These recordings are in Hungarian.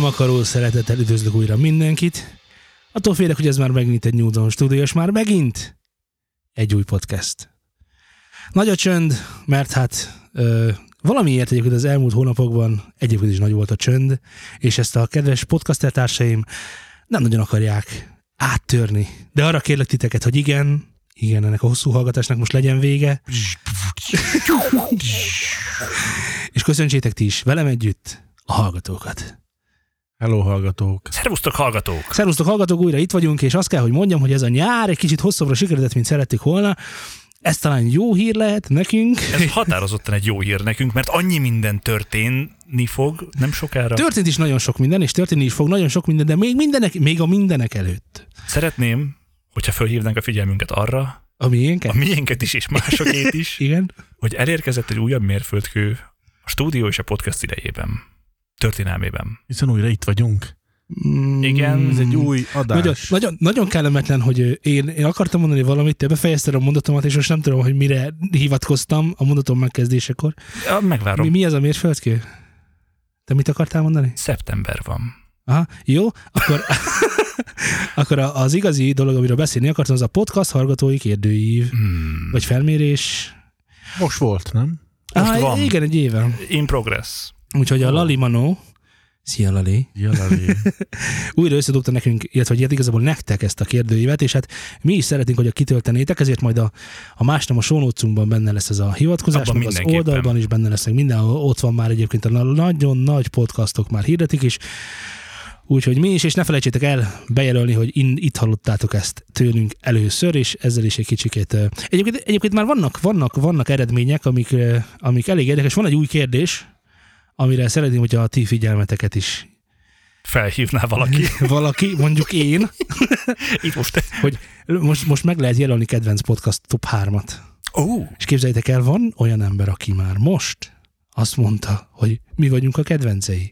akaró szeretettel üdvözlök újra mindenkit. Attól félek, hogy ez már megint egy New Zone Studio, és már megint egy új podcast. Nagy a csönd, mert hát valamiért egyébként az elmúlt hónapokban egyébként is nagy volt a csönd, és ezt a kedves podcaster társaim nem nagyon akarják áttörni. De arra kérlek titeket, hogy igen, ennek a hosszú hallgatásnak most legyen vége. És köszöntsétek ti is velem együtt a hallgatókat. Hello, hallgatók! Szervusztok, hallgatók! Szervusztok, hallgatók, újra itt vagyunk, és azt kell, hogy mondjam, hogy ez a nyár egy kicsit hosszabbra sikeredett, mint szerették volna. Ez talán jó hír lehet nekünk. Ez határozottan egy jó hír nekünk, mert annyi minden történni fog nem sokára. Történt is nagyon sok minden, és történni is fog nagyon sok minden, de még a mindenek előtt. Szeretném, hogyha fölhívnánk a figyelmünket arra, a miénket is, és másokét is, igen, hogy elérkezett egy újabb mérföldkő a stúdió és a podcast idejében, történelmében. Hiszen újra itt vagyunk. Igen. Ez egy új adás. Nagyon kellemetlen, hogy én akartam mondani valamit, te befejezted a mondatomat, és most nem tudom, hogy mire hivatkoztam a mondatom megkezdésekor. Ja, megvárom. Mi ez a mérföldkő? Te mit akartál mondani? Szeptember van. Aha, jó, akkor az igazi dolog, amiről beszélni akartam, az a podcast hallgatói kérdőív, vagy felmérés. Most volt, nem? Most van. Igen, egy éve. In progress. Úgyhogy a Lali Manó, szia Lali, újra összedugta nekünk, illetve igazából nektek ezt a kérdőívet, és hát mi is szeretnénk, hogy kitöltenétek, ezért majd a másnap a show notes-unkban benne lesz ez a hivatkozás, meg az oldalban is benne lesznek, mindenhol ott van már egyébként a nagyon nagy podcastok már hirdetik is, úgyhogy mi is, és ne felejtsétek el bejelölni, hogy itt hallottátok ezt tőlünk először, és ezzel is egy kicsikét. Egyébként már vannak eredmények, amik elég érdekes. Van egy új kérdés, amire szeretném, hogyha a ti figyelmeteket is felhívná valaki. Valaki, mondjuk én. Itt most. Hogy most meg lehet jelölni kedvenc podcast top 3-at. És képzeljétek el, van olyan ember, aki már most azt mondta, hogy mi vagyunk a kedvencei.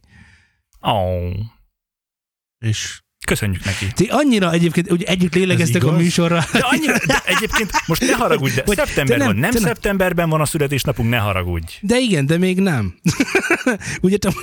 És köszönjük neki. Ti annyira egyébként, hogy együtt lélegeztek a műsorra. De egyébként most ne haragudj, de szeptemberben nem szeptemberben van a születésnapunk, ne haragudj. De igen, de még nem. Ugye te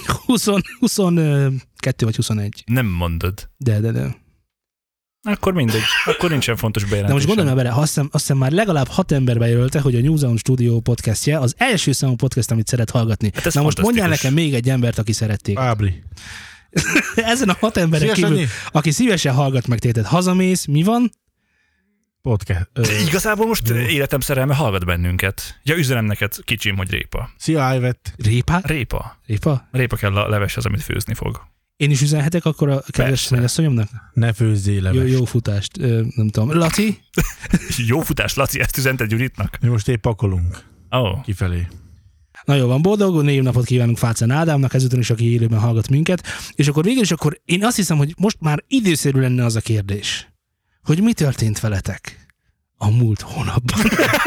22 vagy 21. Nem mondod. De. Akkor mindegy. Akkor nincsen fontos bejelentés. De most gondolom bele, azt hiszem már legalább 6 ember bejelölte, hogy a New Zone Studio podcastje az első számú podcast, amit szeret hallgatni. Hát na most mondjál nekem még egy embert, aki szerették. Ábri. Ezen a 6 emberek kívül, aki szívesen hallgat meg téged, hazamész, mi van? Podcast. Igazából most életem szerelme hallgat bennünket. Ja, üzenem neked, kicsim, hogy répa. Szia, Ivet. Répa? Répa kell a leveshez, amit főzni fog. Én is üzenhetek akkor a kedves mennyasszonyomnak? Ne főzzél leves. Jó futást, nem tudom. Laci? Jó futást, Laci, ezt üzented Gyuritnak? Mi most épp pakolunk. Kifelé. Na jó van, boldog névnapot kívánunk Fácán Ádámnak, ezután is, aki élőben hallgat minket. És akkor végül is én azt hiszem, hogy most már időszerű lenne az a kérdés, hogy mi történt veletek a múlt hónapban.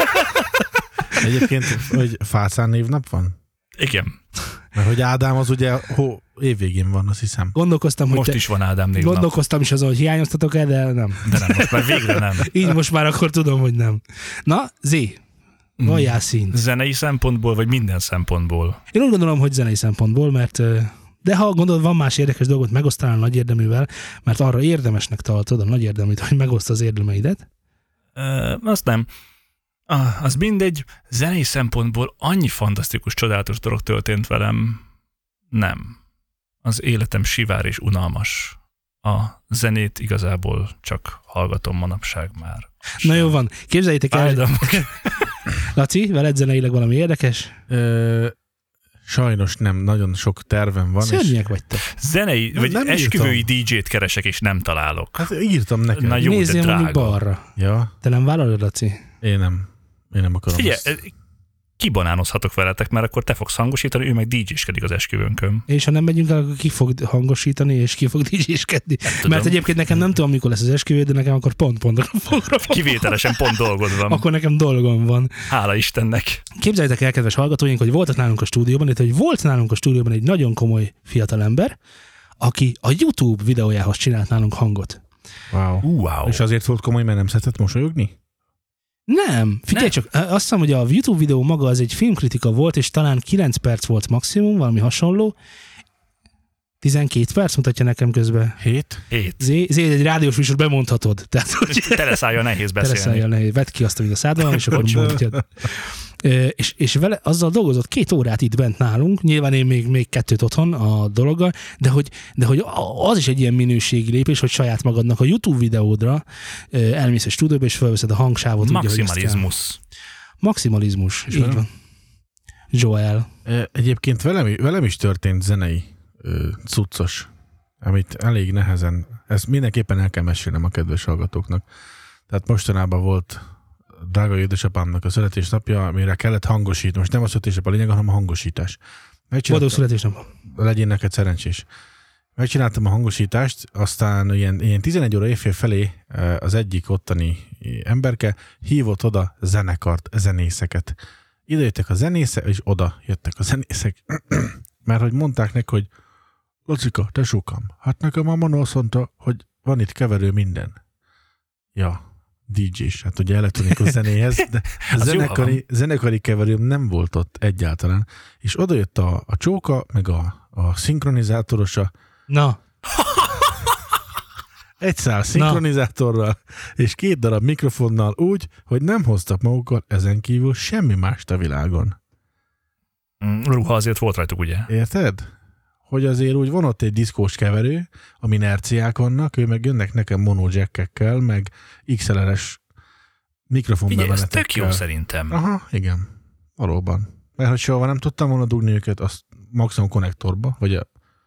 Egyébként, hogy Fácán névnap van? Igen. Mert hogy Ádám az ugye évvégén van, azt hiszem. Gondolkoztam, hogy most is van Ádám névnap. Gondolkoztam is azon, hogy hiányoztatok-e, de nem. De nem, most már végre nem. Így most már akkor tudom, hogy nem. Na, Zé. Valljál színt. Zenei szempontból, vagy minden szempontból? Én úgy gondolom, hogy zenei szempontból, mert de ha gondolod, van más érdekes dolgot megosztanál nagy érdeművel, mert arra érdemesnek tartod a nagy érdeműt, hogy megoszt az érdemeidet? Azt nem. Az mindegy, zenei szempontból annyi fantasztikus, csodálatos dolog történt velem. Nem. Az életem sivár és unalmas. A zenét igazából csak hallgatom manapság már. Na jó van, képzeljétek el. Laci, veled zeneileg valami érdekes? Sajnos nem, nagyon sok tervem van. Szörnyek vagytok. Zenei, vagy nem esküvői DJ-t keresek, és nem találok. Hát írtam neked. Na jó, nézzél de drága. mondjuk balra. Ja. Te nem vállalod, Laci? Én nem akarom. Figyelj, kibanánozhatok veletek, mert akkor te fogsz hangosítani, ő meg DJ-skedik az esküvőnkön. És ha nem megyünk el, akkor ki fog hangosítani, és ki fog DJ-skedni. Mert egyébként nekem nem tudom, mikor lesz az esküvő, de nekem akkor pont. Kivételesen pont dolgod van. Akkor nekem dolgom van. Hála Istennek. Képzeljétek el, kedves hallgatóink, hogy volt nálunk a stúdióban, egy nagyon komoly fiatalember, aki a YouTube videójához csinált nálunk hangot. Wow. És azért volt komoly, mert nem szeretett mosolyogni? Nem, figyelj csak, azt hiszem, hogy a YouTube videó maga az egy filmkritika volt, és talán 9 perc volt maximum, valami hasonló. 12 perc mutatja nekem közben. 7? Zé, egy rádiós műsor bemondhatod. Tehát, hogy Teleszállja nehéz beszélni. Teleszállja nehéz. Vedd ki azt, amit a szádon, és akkor mondjad. És vele azzal dolgozott 2 órát itt bent nálunk, nyilván én még 2 otthon a dologgal, de hogy az is egy ilyen minőségi lépés, hogy saját magadnak a YouTube videódra elmész a stúdióba, és felveszed a hangsávot. Maximalizmus. Maximalizmus, így van. Joel. Egyébként velem is történt zenei cuccos, amit elég nehezen, ezt mindenképpen el kell mesélnem a kedves hallgatóknak. Tehát mostanában volt drága édesapámnak a születésnapja, amire kellett hangosítani. Most nem a születésnap a lényeg, hanem a hangosítás. Boldog születésnap. Legyen neked szerencsés. Megcsináltam a hangosítást, aztán ilyen 11 óra évfél felé az egyik ottani emberke hívott oda zenekart, zenészeket. Ide jöttek a zenészek, és oda jöttek a zenészek. Mert hogy mondták neki, hogy Lacika, tesókám, hát nekem a Mano azt mondta, hogy van itt keverő minden. Ja, DJ-s, hát ugye elektronikus zenéhez, de zenekari keverőm nem volt ott egyáltalán. És oda jött a csóka, meg a szinkronizátorosa. Na. Egy szál szinkronizátorral, és 2 darab mikrofonnal úgy, hogy nem hoztak magukkal ezen kívül semmi mást a világon. Ruha azért volt rajtuk, ugye? Érted? Hogy azért úgy van ott egy diszkós keverő, ami inerciák vannak, ő meg jönnek nekem monojackekkel, meg XLR-es mikrofonbemeletekkel. Ez tök jó szerintem. Aha, igen. Valóban. Mert ha soha nem tudtam volna dugni őket, azt maximum konnektorba, vagy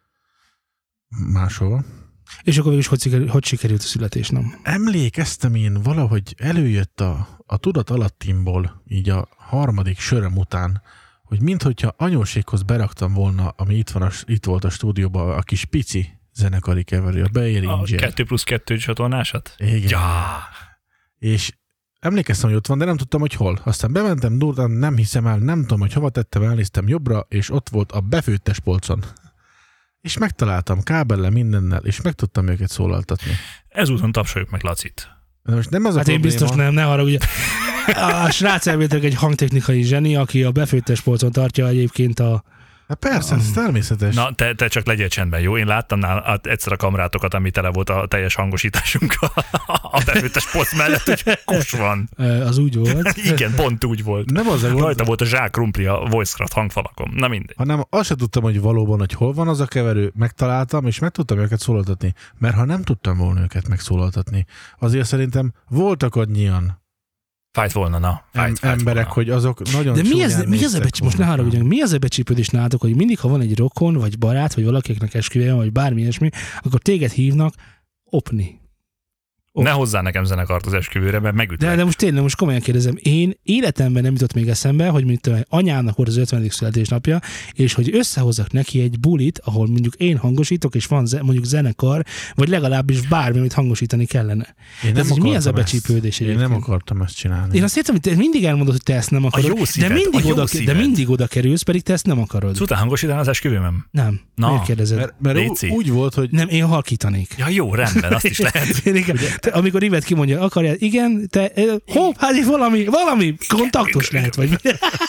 máshova. És akkor végül hogy sikerült a születésnap? Emlékeztem én, valahogy előjött a tudat alattimból, így a 3. söröm után, hogy minthogyha anyóséghoz beraktam volna, ami itt volt a stúdióban, a kis pici zenekari keverő, a Behringer. A 2+2 csatornásat? Igen. Ja. És emlékeztem, hogy ott van, de nem tudtam, hogy hol. Aztán bementem, durván, nem hiszem el, nem tudom, hogy hova tettem, elnéztem jobbra, és ott volt a befőttes polcon. És megtaláltam kábellel, mindennel, és meg tudtam őket szólaltatni. Ezúton tapsoljuk meg Lacit. De most nem az hát én biztos nem, ne arra, ugye. A srác elvételek egy hangtechnikai zseni, aki a befőttes polcon tartja egyébként a... Hát persze, ez természetes. Na, te csak legyél csendben, jó? Én láttam egyszer a kamerátokat, ami tele volt a teljes hangosításunkkal a befőttes polc mellett, hogy kus van. Az úgy volt. Igen, pont úgy volt. Nem az rajta volt a zsák krumpli a VoiceCraft hangfalakon. Na mindegy. Hanem azt sem tudtam, hogy valóban, hogy hol van az a keverő, megtaláltam, és meg tudtam őket szólaltatni. Mert ha nem tudtam volna őket megszólaltatni, azért szerintem voltak annyian Fájt volna, na. Fájt emberek, volna. Hogy azok nagyon de mi az a most ne haragudjunk, mi az a becsípődés nálatok, hogy mindig, ha van egy rokon, vagy barát, vagy valakinek esküvője, vagy bármi ilyesmi, akkor téged hívnak opni. Ne hozzá nekem zenekart az esküvőre, mert megütlek. De most tényleg, most komolyan kérdezem, én életemben nem jutott még eszembe, hogy mint anyámnak volt az 50. születésnapja, és hogy összehozzak neki egy bulit, ahol mondjuk én hangosítok, és van mondjuk zenekar, vagy legalábbis bármi, amit hangosítani kellene. Mi az a becsípődés? Én nem akartam ezt csinálni. Én azt hittem, hogy te mindig elmondod, hogy te ezt nem akarod, de mindig oda kerülsz, pedig te ezt nem akarod. Tudtál hangosítani az esküvőmem? Nem. Na, miért kérdezed? Mert úgy volt, hogy... Nem, én halkítanék. Ja, jó, rendben, azt is lehet. Amikor Ivet kimondja, akarjál, igen, te, hát valami kontaktos lehet, vagy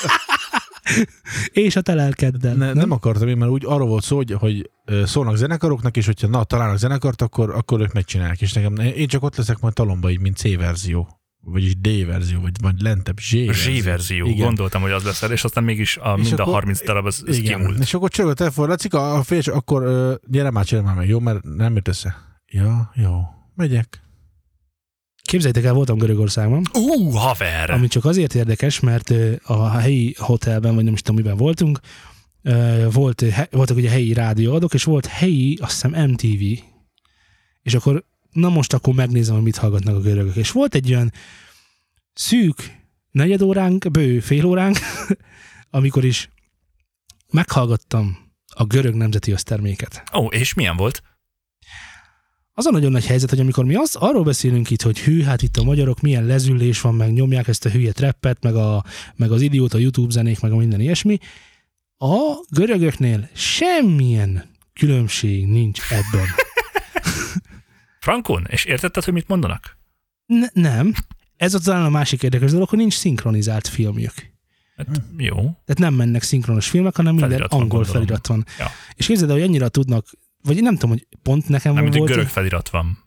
és a te lelkeddel. Nem akartam én, mert úgy arról volt szó, hogy szólnak zenekaroknak, és hogyha találnak zenekart, akkor ők megcsinálják. És nekem, én csak ott leszek majd talomba, így, mint C-verzió, vagyis D-verzió, vagy lentebb Z-verzió. Gondoltam, hogy az lesz, és aztán mégis mind a 30 darab az kimúlt. És akkor csörög a telefon, Lacika, a félcs, akkor gyere már meg, jó, mert nem jött össze. Ja, jó, megyek. Képzeljétek el, voltam Görögországban. Haver! Ami csak azért érdekes, mert a helyi hotelben, vagy nem is tudom, miben voltunk, voltak ugye helyi rádióadók, és volt helyi, azt hiszem MTV. És akkor, akkor megnézem, hogy mit hallgatnak a görögök. És volt egy olyan szűk negyed óránk, bő fél óránk, amikor is meghallgattam a görög nemzeti összterméket. És milyen volt? Az a nagyon nagy helyzet, hogy amikor mi arról beszélünk itt, hogy hű, hát itt a magyarok milyen lezüllés van, meg nyomják ezt a hülye trappet, meg az idióta YouTube zenék, meg a minden ilyesmi, a görögöknél semmilyen különbség nincs ebben. Frankon? És értetted, hogy mit mondanak? Nem. Ez az a másik érdekes dolog, hogy nincs szinkronizált filmjük. Hát, jó. Tehát nem mennek szinkronos filmek, hanem minden angol felirat van. Ja. És képzeld, hogy ennyire tudnak vagy nem tudom, hogy pont nekem nem, volt. Nem, görög felirat van.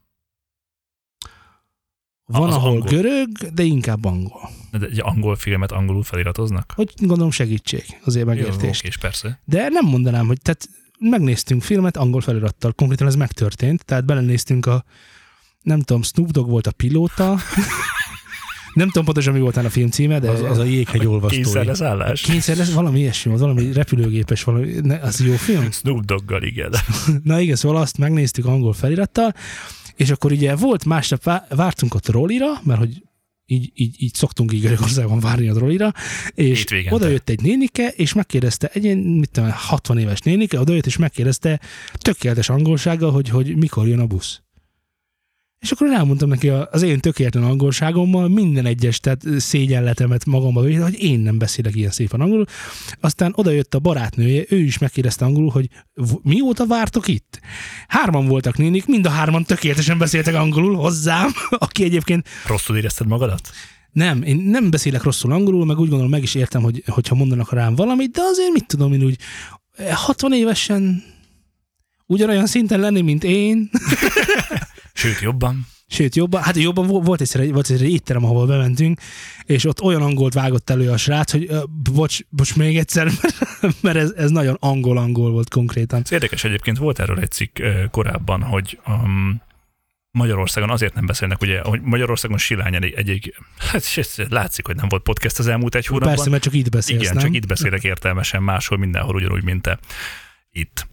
Van, az ahol angol. görög, de inkább angol. De egy angol filmet angolul feliratoznak? Hogy gondolom segítség, azért megértést. Jó, és persze. De nem mondanám, hogy tehát megnéztünk filmet angol felirattal, konkrétan ez megtörtént, tehát belenéztünk nem tudom, Snoop Dogg volt a pilóta, nem tudom pontosan mi volt a film címe, de... Az a Jéghegy olvastói. Kényszerleszállás. Kényszerleszállás, valami ilyesmi volt, valami repülőgépes, az jó film? Snoop Doggal, igen. Na igen, szóval azt megnéztük angol felirattal, és akkor ugye volt másnap, vártunk ott rollira, mert hogy így szoktunk így Görögországban várni a rollira, és oda jött egy nénike, és megkérdezte, egy 60 éves nénike, oda jött, és megkérdezte tökéletes angolsággal, hogy mikor jön a busz. És akkor elmondtam neki az én tökéletlen angolságommal minden egyes, tehát szégyenletemet magamba, hogy én nem beszélek ilyen szépen angolul. Aztán oda jött a barátnője, ő is megkérdezte angolul, hogy mióta vártok itt? 3 voltak nénik, mind a 3 tökéletesen beszéltek angolul hozzám, aki egyébként... Rosszul érezted magadat? Nem, én nem beszélek rosszul angolul, meg úgy gondolom, meg is értem, hogyha mondanak rám valamit, de azért mit tudom én úgy 60 évesen ugyanolyan szinten lenni, mint én. Sőt, jobban. Hát jobban volt egyszer egy étterem, ahol bementünk, és ott olyan angolt vágott elő a srác, hogy bocs még egyszer, mert ez nagyon angol volt konkrétan. Ez érdekes egyébként, volt erről egy cikk korábban, hogy Magyarországon azért nem beszélnek, ugye, hogy Magyarországon silány hát látszik, hogy nem volt podcast az elmúlt egy hónapban. Persze, mert csak itt beszélsz, igen, nem? csak itt beszélek értelmesen, máshol mindenhol ugyanúgy, mint te. Itt.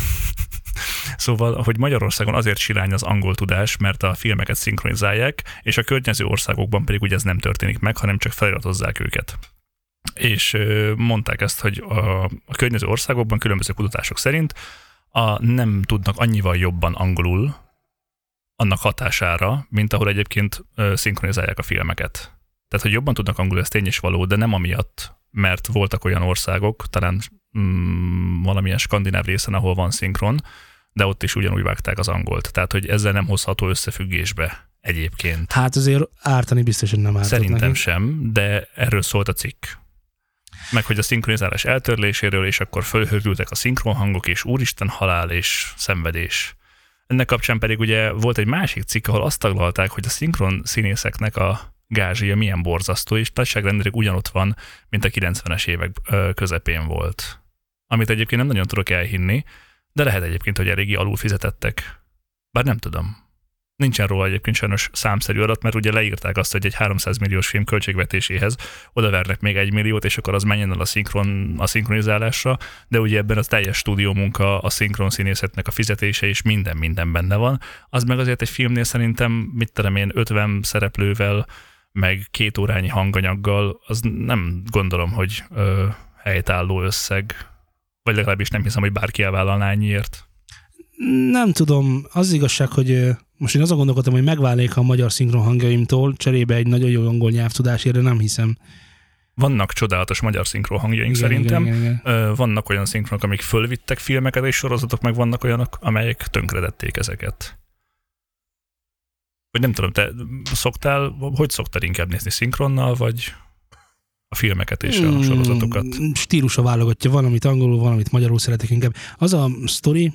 Szóval, hogy Magyarországon azért silány az angol tudás, mert a filmeket szinkronizálják, és a környező országokban pedig ugye ez nem történik meg, hanem csak feliratozzák őket. És mondták ezt, hogy a környező országokban különböző kutatások szerint nem tudnak annyival jobban angolul annak hatására, mint ahol egyébként szinkronizálják a filmeket. Tehát, hogy jobban tudnak angolul, ez tény is való, de nem amiatt, mert voltak olyan országok, talán valamilyen skandináv részen, ahol van szinkron, de ott is ugyanúgy vágták az angolt. Tehát, hogy ezzel nem hozható összefüggésbe egyébként. Hát azért ártani biztosan nem ártott Szerintem neki. sem, de erről szólt a cikk. Meg, hogy a szinkronizálás eltörléséről, és akkor fölhördültek a szinkronhangok, és úristen halál és szenvedés. Ennek kapcsán pedig ugye volt egy másik cikk, ahol azt taglalták, hogy a szinkron színészeknek a gázsia milyen borzasztó, és nagyságrendileg ugyanott van, mint a 90-es évek közepén volt. Amit egyébként nem nagyon tudok elhinni, de lehet egyébként, hogy eléggé alul fizetettek. Bár nem tudom. Nincsen róla egyébként sajnos számszerű adat, mert ugye leírták azt, hogy egy 300 milliós film költségvetéséhez odavernek még 1 milliót, és akkor az menjen el a szinkronizálásra, de ugye ebben az teljes stúdiómunka, a szinkron színészetnek a fizetése és minden benne van. Az meg azért egy filmnél szerintem, mit tudom én, 50 szereplővel, meg 2 órányi hanganyaggal, az nem gondolom, hogy helytálló összeg. Vagy legalábbis nem hiszem, hogy bárki elvállalná ennyiért. Nem tudom, az igazság, hogy most én azon gondolkodtam, hogy megválnék a magyar szinkron hangjaimtól, cserébe egy nagyon jó angol nyelvtudásért, de nem hiszem. Vannak csodálatos magyar szinkron hangjaink szerintem. Igen. Vannak olyan szinkronok, amik fölvittek filmeket és sorozatok, meg vannak olyanok, amelyek tönkredették ezeket. Vagy nem tudom, te hogy szoktál inkább nézni, szinkronnal, vagy a filmeket és a sorozatokat? Stílusa válogatja, van, amit angolul, van, amit magyarul szeretek inkább. Az a sztori,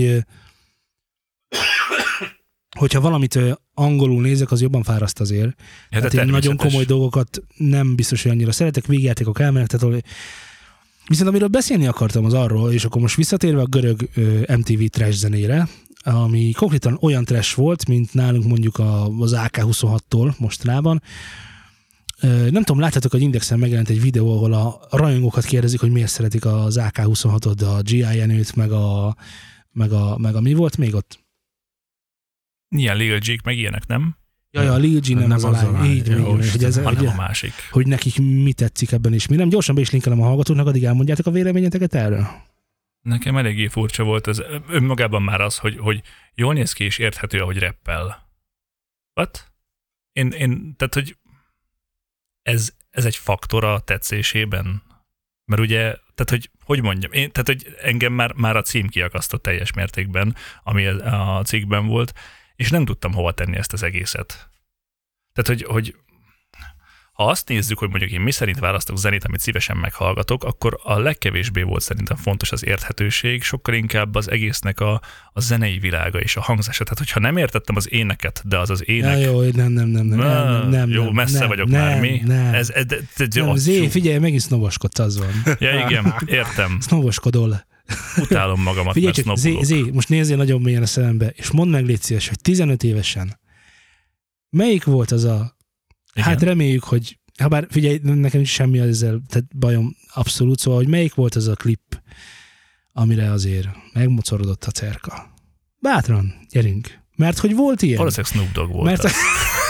hogyha valamit angolul nézek, az jobban fáraszt azért. Ja, hát én nagyon komoly dolgokat nem biztos, hogy annyira szeretek, végjátékok elmennek, viszont amiről beszélni akartam az arról, és akkor most visszatérve a görög MTV trash zenére, ami konkrétan olyan trash volt, mint nálunk mondjuk az AK-26-tól mostanában. Nem tudom, láttátok, hogy Indexen megjelent egy videó, ahol a rajongókat kérdezik, hogy miért szeretik az AK-26-ot, a G.I. Jenőt, meg a mi volt még ott? Ilyen Lil G-k, meg ilyenek, nem? Ja, a Lil G nem az a lány. Így, hanem a másik. Hogy nekik mi tetszik ebben és mi nem. Gyorsan be is linkelem a hallgatóknak, addig elmondjátok a véleményeteket erről. Nekem eléggé furcsa volt ez. Önmagában már az, hogy jól néz ki és érthető, ahogy rappel. What? Tehát, hogy ez egy faktor a tetszésében? Mert ugye, tehát, hogy mondjam, tehát, hogy engem már a cím kiakasztott teljes mértékben, ami a cikkben volt, és nem tudtam hova tenni ezt az egészet. Tehát, hogy ha azt nézzük, hogy mondjuk én mi szerint választok zenét, amit szívesen meghallgatok, akkor a legkevésbé volt szerintem fontos az érthetőség, sokkal inkább az egésznek a zenei világa és a hangzása. Tehát, hogyha nem értettem az éneket, de az ének... Ja, jó, nem. Jó, messze vagyok már, mi? Nem, Zé, figyelj, megint sznoboskodsz, az van. Ja, igen, értem. Sznoboskodol. Utálom magamat, figyelj, mert sznobulok. Zé, most nézzél nagyon mélyen a szemembe, és mondd meg, légy szíves, hogy 15 évesen melyik volt az a... Igen. Hát reméljük, hogy... Habár figyelj, nekem is semmi ezzel, tehát bajom abszolút, szóval, hogy melyik volt az a klip, amire azért megmocorodott a cerka. Bátran, gyerünk. Mert hogy volt ilyen. Valószínűleg Snoop Dogg volt. Mert...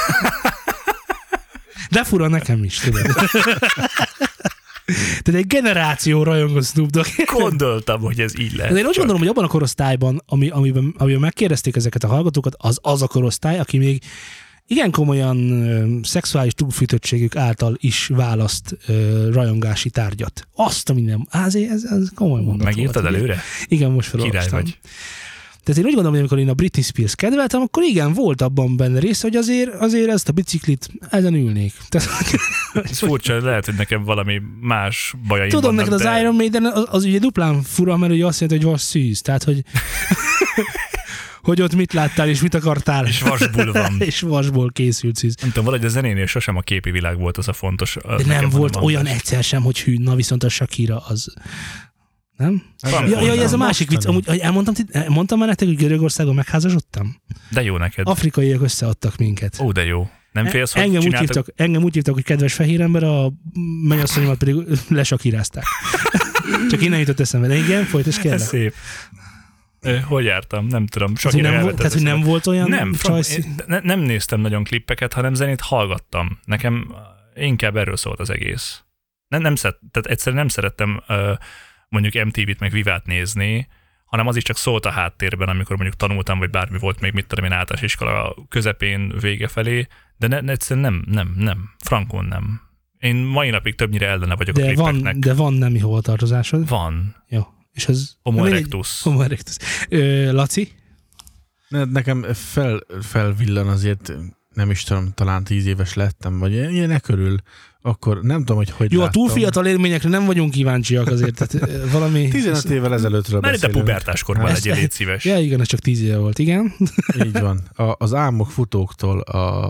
De fura nekem is, tudod. Tehát egy generáció rajongott Snoop Dogg. Gondoltam, hogy ez így lehet. De én úgy gondolom, hogy abban a korosztályban, amiben megkérdezték ezeket a hallgatókat, az a korosztály, aki még igen komolyan szexuális túlfűtöttségük által is választ rajongási tárgyat. Azt a minden. Ez komoly mondat. Megírtad volt, előre? Igen, most felolvastam. Király vagy. Tehát én úgy gondolom, hogy amikor én a Britney Spears kedveltem, akkor igen, volt abban benne része, hogy azért ezt a biciklit ezen ülnék. Ez furcsa, lehet, hogy nekem valami más bajaim tudom, vannak, neked az Iron Maiden az ugye duplán fura, mert ugye azt jelenti, hogy vas szűz. Tehát, hogy hogy ott mit láttál, és mit akartál. És vasból van. És vasból készült szűz. Nem tudom, valahogy a zenénél sosem a képi világ volt az a fontos. De nem volt olyan egyszer sem, hogy hű, na viszont a Shakira az... Nem? Ja, ez a másik vicc. Amúgy mondtam már nektek, hogy Görögországon megházasodtam? De jó neked. Afrikaiak összeadtak minket. Ó, de jó. Nem félsz, hogy engem úgy hívtak, hogy kedves fehér ember, a mennyasszonyomat pedig lesakírázták. Csak innen jutott eszembe. De igen, folytasd kell. Ez szép. Hogy jártam? Nem tudom. Tehát, hogy nem volt olyan nem néztem nagyon klippeket, hanem zenét hallgattam. Nekem inkább erről szólt az egész. Tehát egyszerűen nem szerettem mondjuk MTV-t meg Vivát nézni, hanem az is csak szólt a háttérben, amikor mondjuk tanultam, vagy bármi volt még, mit tudom én, általános iskola közepén vége felé, de egyszerűen nem. Frankon nem. Én mai napig többnyire ellene vagyok a klippeknek. De van nemi hovatartozásod? Van. Jó. És az... Homo erectus. Homo erectus. Laci? Nekem felvillan azért, nem is tudom, talán 10 éves lettem, vagy ilyenek körül, akkor nem tudom, hogy jó, láttam. A túl fiatal élményekre nem vagyunk kíváncsiak azért, tehát valami... 15 évvel ezelőttről beszélünk. Mert itt a pubertáskorban legyél, légy szíves. Ja, igen, ez csak 10 éve volt, igen. Így van. Az álmok futóktól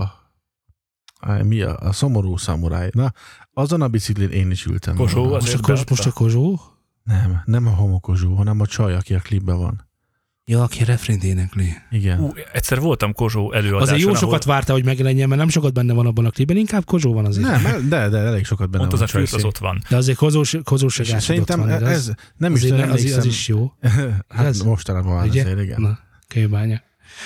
a szomorú szamuráj. Na, azon a biciklin én is ültem. Kozsó, most a Kozsó? Nem a Homo Kozsó, hanem a csaj, aki a klipben van. Ja, aki a refrént énekli. Igen. Egyszer voltam Kozsó előadáson. Azért jó sokat várta, hogy megjelenjen, mert nem sokat benne van abban a klipben, inkább Kozsó van azért. Nem, de elég sokat benne van. Ott az a fürt, az ott van. De azért Kozsó se szerintem ott van, ez nem is tudom, az is jó. Hát mostanában van azért, igen. Na, Kőbánya.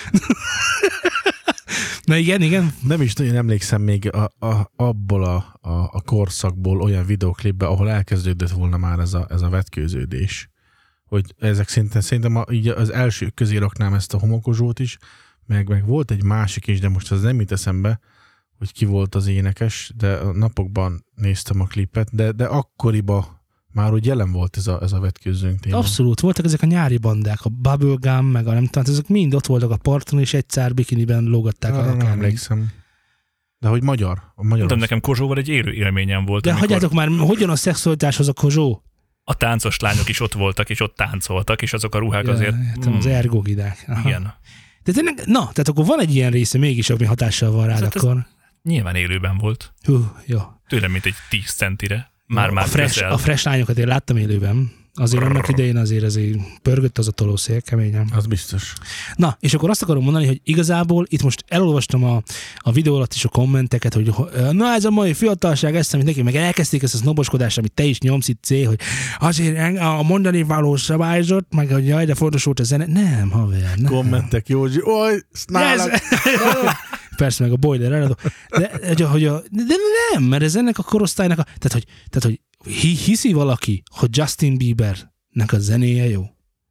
Na igen. Nem is nagyon emlékszem még abból a korszakból olyan videóklipbe, ahol elkezdődött volna már ez a vetkőződés. Hogy ezek szerintem így az első közé raknám ezt a Homo Kozsót is, meg volt egy másik is, de most az nem jut eszembe, hogy ki volt az énekes, de a napokban néztem a klipet, de akkoriban már úgy jelen volt ez a vetkőzőnk téma. Abszolút, voltak ezek a nyári bandák, a Bubblegum, meg a nem tudom, ezek mind ott voltak a parton, és egy szár bikiniben lógatták. Nem emlékszem. De hogy magyar. De nekem Kozsóval egy élő élményem volt. De hagyjátok már, hogyan a szexualitáshoz a Kozsó? A táncos lányok is ott voltak, és ott táncoltak, és azok a ruhák azért... Az ergogidák. Igen. Tehát akkor van egy ilyen része mégis, ami hatással van rád akkor. Nyilván élőben volt. Jó. Tőlem, mint egy 10 centire. A fresh lányokat én láttam élőben. Azért annak idején azért pörgött az a tolószél keményen. Az biztos. Na, és akkor azt akarom mondani, hogy igazából itt most elolvastam a videó alatt is a kommenteket, hogy na ez a mai fiatalság, ezt amit neki, meg elkezdték ezt a snoboskodást, amit te is nyomsz itt hogy azért a mondani való szabályzott, meg hogy jaj, de fontos volt a zene. Nem, haver. Nem. Kommentek, Józsi, oly, snálak. Persze, meg a boiler eladó. De nem, mert ez ennek a korosztálynak tehát, hogy hiszi valaki, hogy Justin Biebernek a zenéje jó?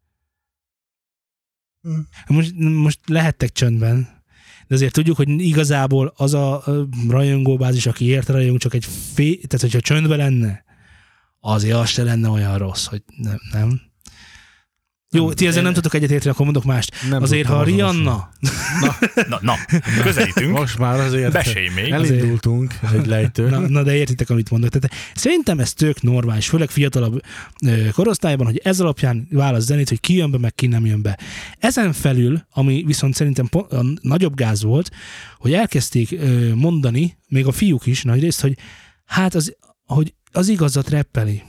Most lehettek csöndben, de azért tudjuk, hogy igazából az a rajongóbázis, aki érte rajong, csak tehát hogyha csöndben lenne, azért az se lenne olyan rossz, hogy nem. Jó, ti ezzel nem tudtok egyetérteni, akkor mondok mást. Nem azért, ha Rihanna... Na, közelítünk. Most már azért Besélj még. elindultunk egy lejtőn. Na, de értitek, amit mondok. Tehát szerintem ez tök normális, főleg fiatalabb korosztályban, hogy ez alapján választ zenét, hogy ki jön be, meg ki nem jön be. Ezen felül, ami viszont szerintem nagyobb gáz volt, hogy elkezdték mondani, még a fiúk is nagyrészt, hogy hát hogy az igazat reppeli.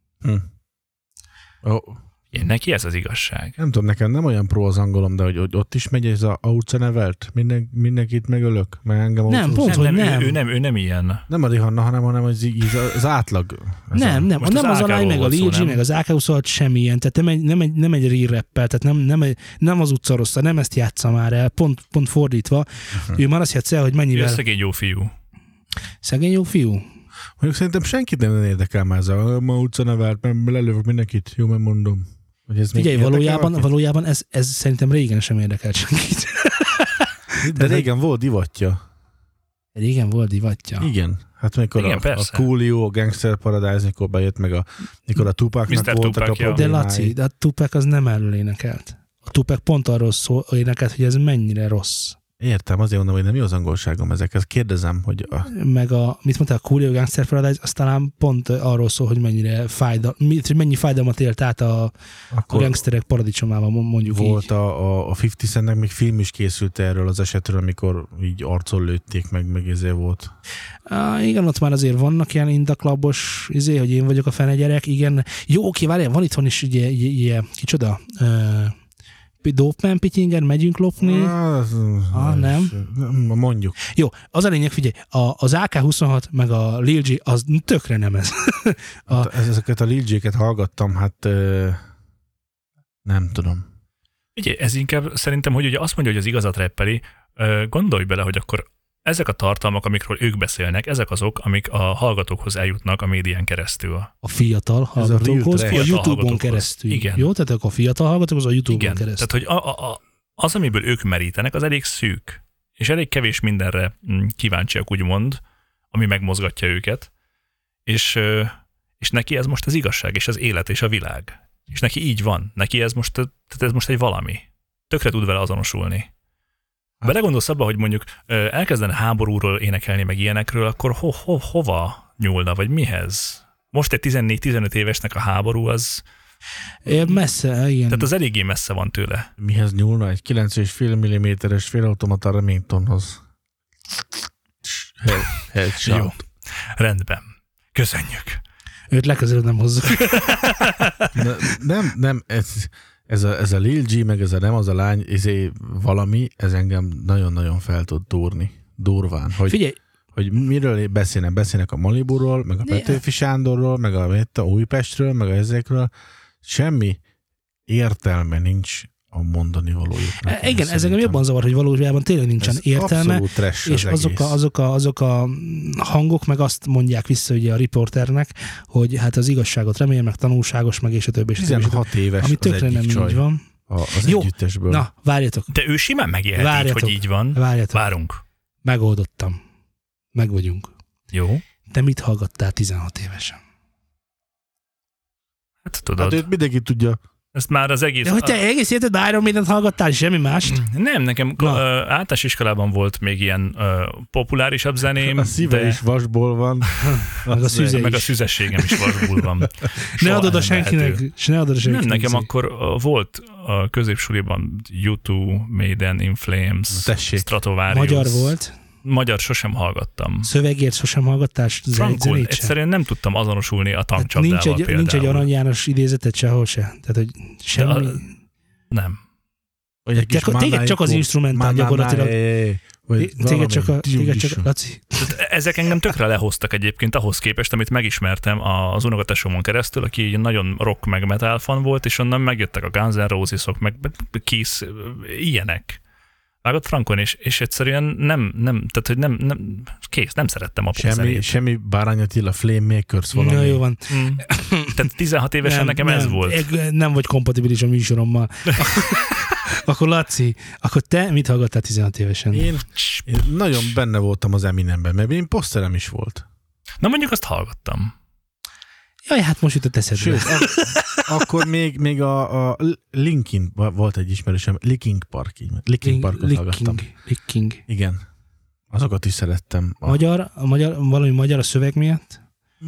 Neki ez az igazság. Nem tudom, nekem nem olyan pro az angolom, de hogy ott is megy ez a Aucenevelt, mindenkit megölök, meg engem nem, pont, hogy nem. Ő nem ilyen. Nem a Rihanna, hanem az átlag. Nem az Alány, meg a Lil G, meg az AK-20 semmilyen, tehát nem egy real rappel, tehát nem az utca rossz, nem ezt játsza már el, pont fordítva. Ő már azt játsza el, hogy mennyivel... Ő szegény jó fiú. Szegény jó fiú? Mondjuk szerintem senkit nem érdekel már ez a Aucenevelt, mert lelövök mindenkit, jó, mert mondom. Figyelj, valójában ez szerintem régen sem érdekelt senkit. De régen volt divatja. Igen. Hát mikor a Coolio, a Gangster Paradise, mikor bejött, meg mikor a Tupacnak voltak a problémái. De Laci, de a Tupac az nem erről énekelt. A Tupac pont arról énekelt, hogy ez mennyire rossz. Értem, azért mondom, hogy nem jó az angolságom ezekhez. Kérdezem, hogy... Meg mit mondta, a Coolio Gangster Paradise, az talán pont arról szól, hogy mennyi fájdalmat élt át a gangsterek paradicsomában, mondjuk volt így. A 50 Centnek még film is készült erről az esetről, amikor így arcon lőtték, meg ezért volt. Igen, ott már azért vannak ilyen indaklabos, hogy én vagyok a fene gyerek, igen. Jó, oké, várjál, van itthon is ugye kicsoda... Dopeman Pityinger, megyünk lopni. Nem. Mondjuk. Jó, az a lényeg, figyelj, az AK-26 meg a Lil G, az tökre nem ez. Ezeket a Lil G-ket hallgattam, hát nem tudom. Ugye, ez inkább szerintem, hogy ugye azt mondja, hogy az igazat reppeli, gondolj bele, hogy akkor ezek a tartalmak, amikről ők beszélnek, ezek azok, amik a hallgatókhoz eljutnak a médián keresztül. A fiatal hallgatókhoz, a YouTube-on keresztül. Igen. Jó, tehát a fiatal hallgatókhoz a YouTube-on keresztül. Tehát, hogy az, amiből ők merítenek, az elég szűk, és elég kevés mindenre kíváncsiak, úgymond, ami megmozgatja őket, és neki ez most az igazság, és az élet, és a világ. És neki így van. Neki ez most egy valami. Tökre tud vele azonosulni. Belegondolsz abba, hogy mondjuk elkezdene háborúról énekelni, meg ilyenekről, akkor hova nyúlna, vagy mihez? Most egy 14-15 évesnek a háború az... Messze, igen. Tehát az eléggé messze van tőle. Mihez nyúlna? Egy 9,5 mm-es félautomata Remingtonhoz. Jó. Rendben. Köszönjük. Őt legközelebb nem hozzuk. Nem, ez a Lil G, meg ez a nem az a lány, valami, ez engem nagyon-nagyon fel tud durván. Figyelj! Hogy miről beszélnek a Maliburól, meg a Petőfi Sándorról, meg a Újpestről, meg a ezekről. Semmi értelme nincs a mondani valójuk. Igen, ez engem jobban zavar, hogy valójában tényleg nincsen értelme, és azok a hangok meg azt mondják vissza ugye a riporternek, hogy hát az igazságot remélem, meg tanulságos, meg és a többi. 16 éves ami tökre nem így van. Az együttesből. Na, várjatok. De ő simán megélhetik, hogy így van. Várunk. Megoldottam. Meg vagyunk. Jó. Te mit hallgattál 16 évesen? Hát tudod. Hát mindenki tudja. Ezt már az egész... De hogy te egész életed Iron Maiden-t hallgattál, semmi mást? Nem, nekem általános iskolában volt még ilyen populárisabb zeném. A szíve is vasból van. Meg a szüzességem is vasból van. Ne adod a senkinek. Nem, nekem akkor volt a középsuliban U2, Maiden, In Flames, Stratovarius. Magyar volt? Magyar sosem hallgattam. Szövegért sosem hallgattál? Frankul, egyszerűen nem tudtam azonosulni a tankcsapdával például. Nincs egy Arany János idézetet sehol se? Tehát, hogy semmi? Nem. Téged csak az instrumentál gyakorlatilag. Téged csak Laci. Ezek engem tökre lehoztak egyébként ahhoz képest, amit megismertem az unokatesómon keresztül, aki nagyon rock meg metal fan volt, és onnan megjöttek a Guns N' Roses-ok, meg Kiss, ilyenek. Vágott frankon, és egyszerűen nem, tehát hogy nem kész, nem szerettem a popzenét. Semmi Bárány Attila, Flame Makers valami. Na jó van. Tehát 16 évesen nekem ez volt. Nem vagy kompatibilis a műsorommal. Akkor Laci, akkor te mit hallgattál 16 évesen? Én nagyon benne voltam az Eminemben, mert én poszterem is volt. Na mondjuk azt hallgattam. Jaj, hát most jutott eszedbe. Sőt, akkor még a Linkin, volt egy ismerősem, Linkin Parkot hallgattam. Linkin. Igen. Azokat is szerettem. Valami magyar a szöveg miatt?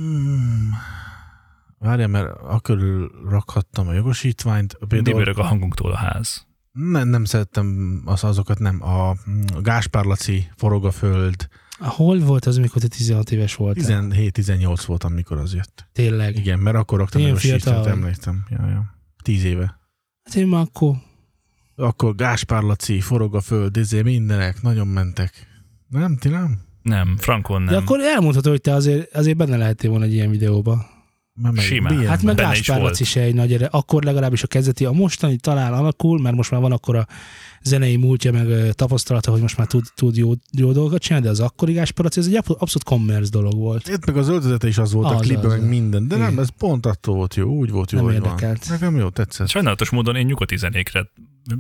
Várjál, mert akörül rakhattam a jogosítványt. Dibörög a hangunktól a ház. Nem szerettem azokat, nem. A Gáspár Laci, Forog a föld. Hol volt az, amikor te 16 éves voltál? 17-18 voltam, mikor az jött. Tényleg? Igen, mert akkor raktam meg a sírt, emlékszem. Ja. 10 éve. Hát én már Akkor Gáspár Laci, Forog a föld, mindenek, nagyon mentek. Nem, ti nem? Nem, Frankon nem. De akkor elmondhatod, hogy te azért benne lehettél volna egy ilyen videóba. Simán. Hát meg Gáspár Laci se egy nagy erő. Akkor legalábbis a kezdeti, a mostani talán alakul, mert most már van akkor a zenei múltja, meg tapasztalata, hogy most már tud jó dolgokat csinálni, de az akkori Gáspár Laci, ez egy abszolút commerce dolog volt. Itt meg az öltözete is az volt, a klipben meg minden, de igen. Nem, ez pont attól volt jó, úgy volt jó, nem hogy érdekelt. Van. Nekem jó, tetszett. Sajnálatos módon én nyugati zenékre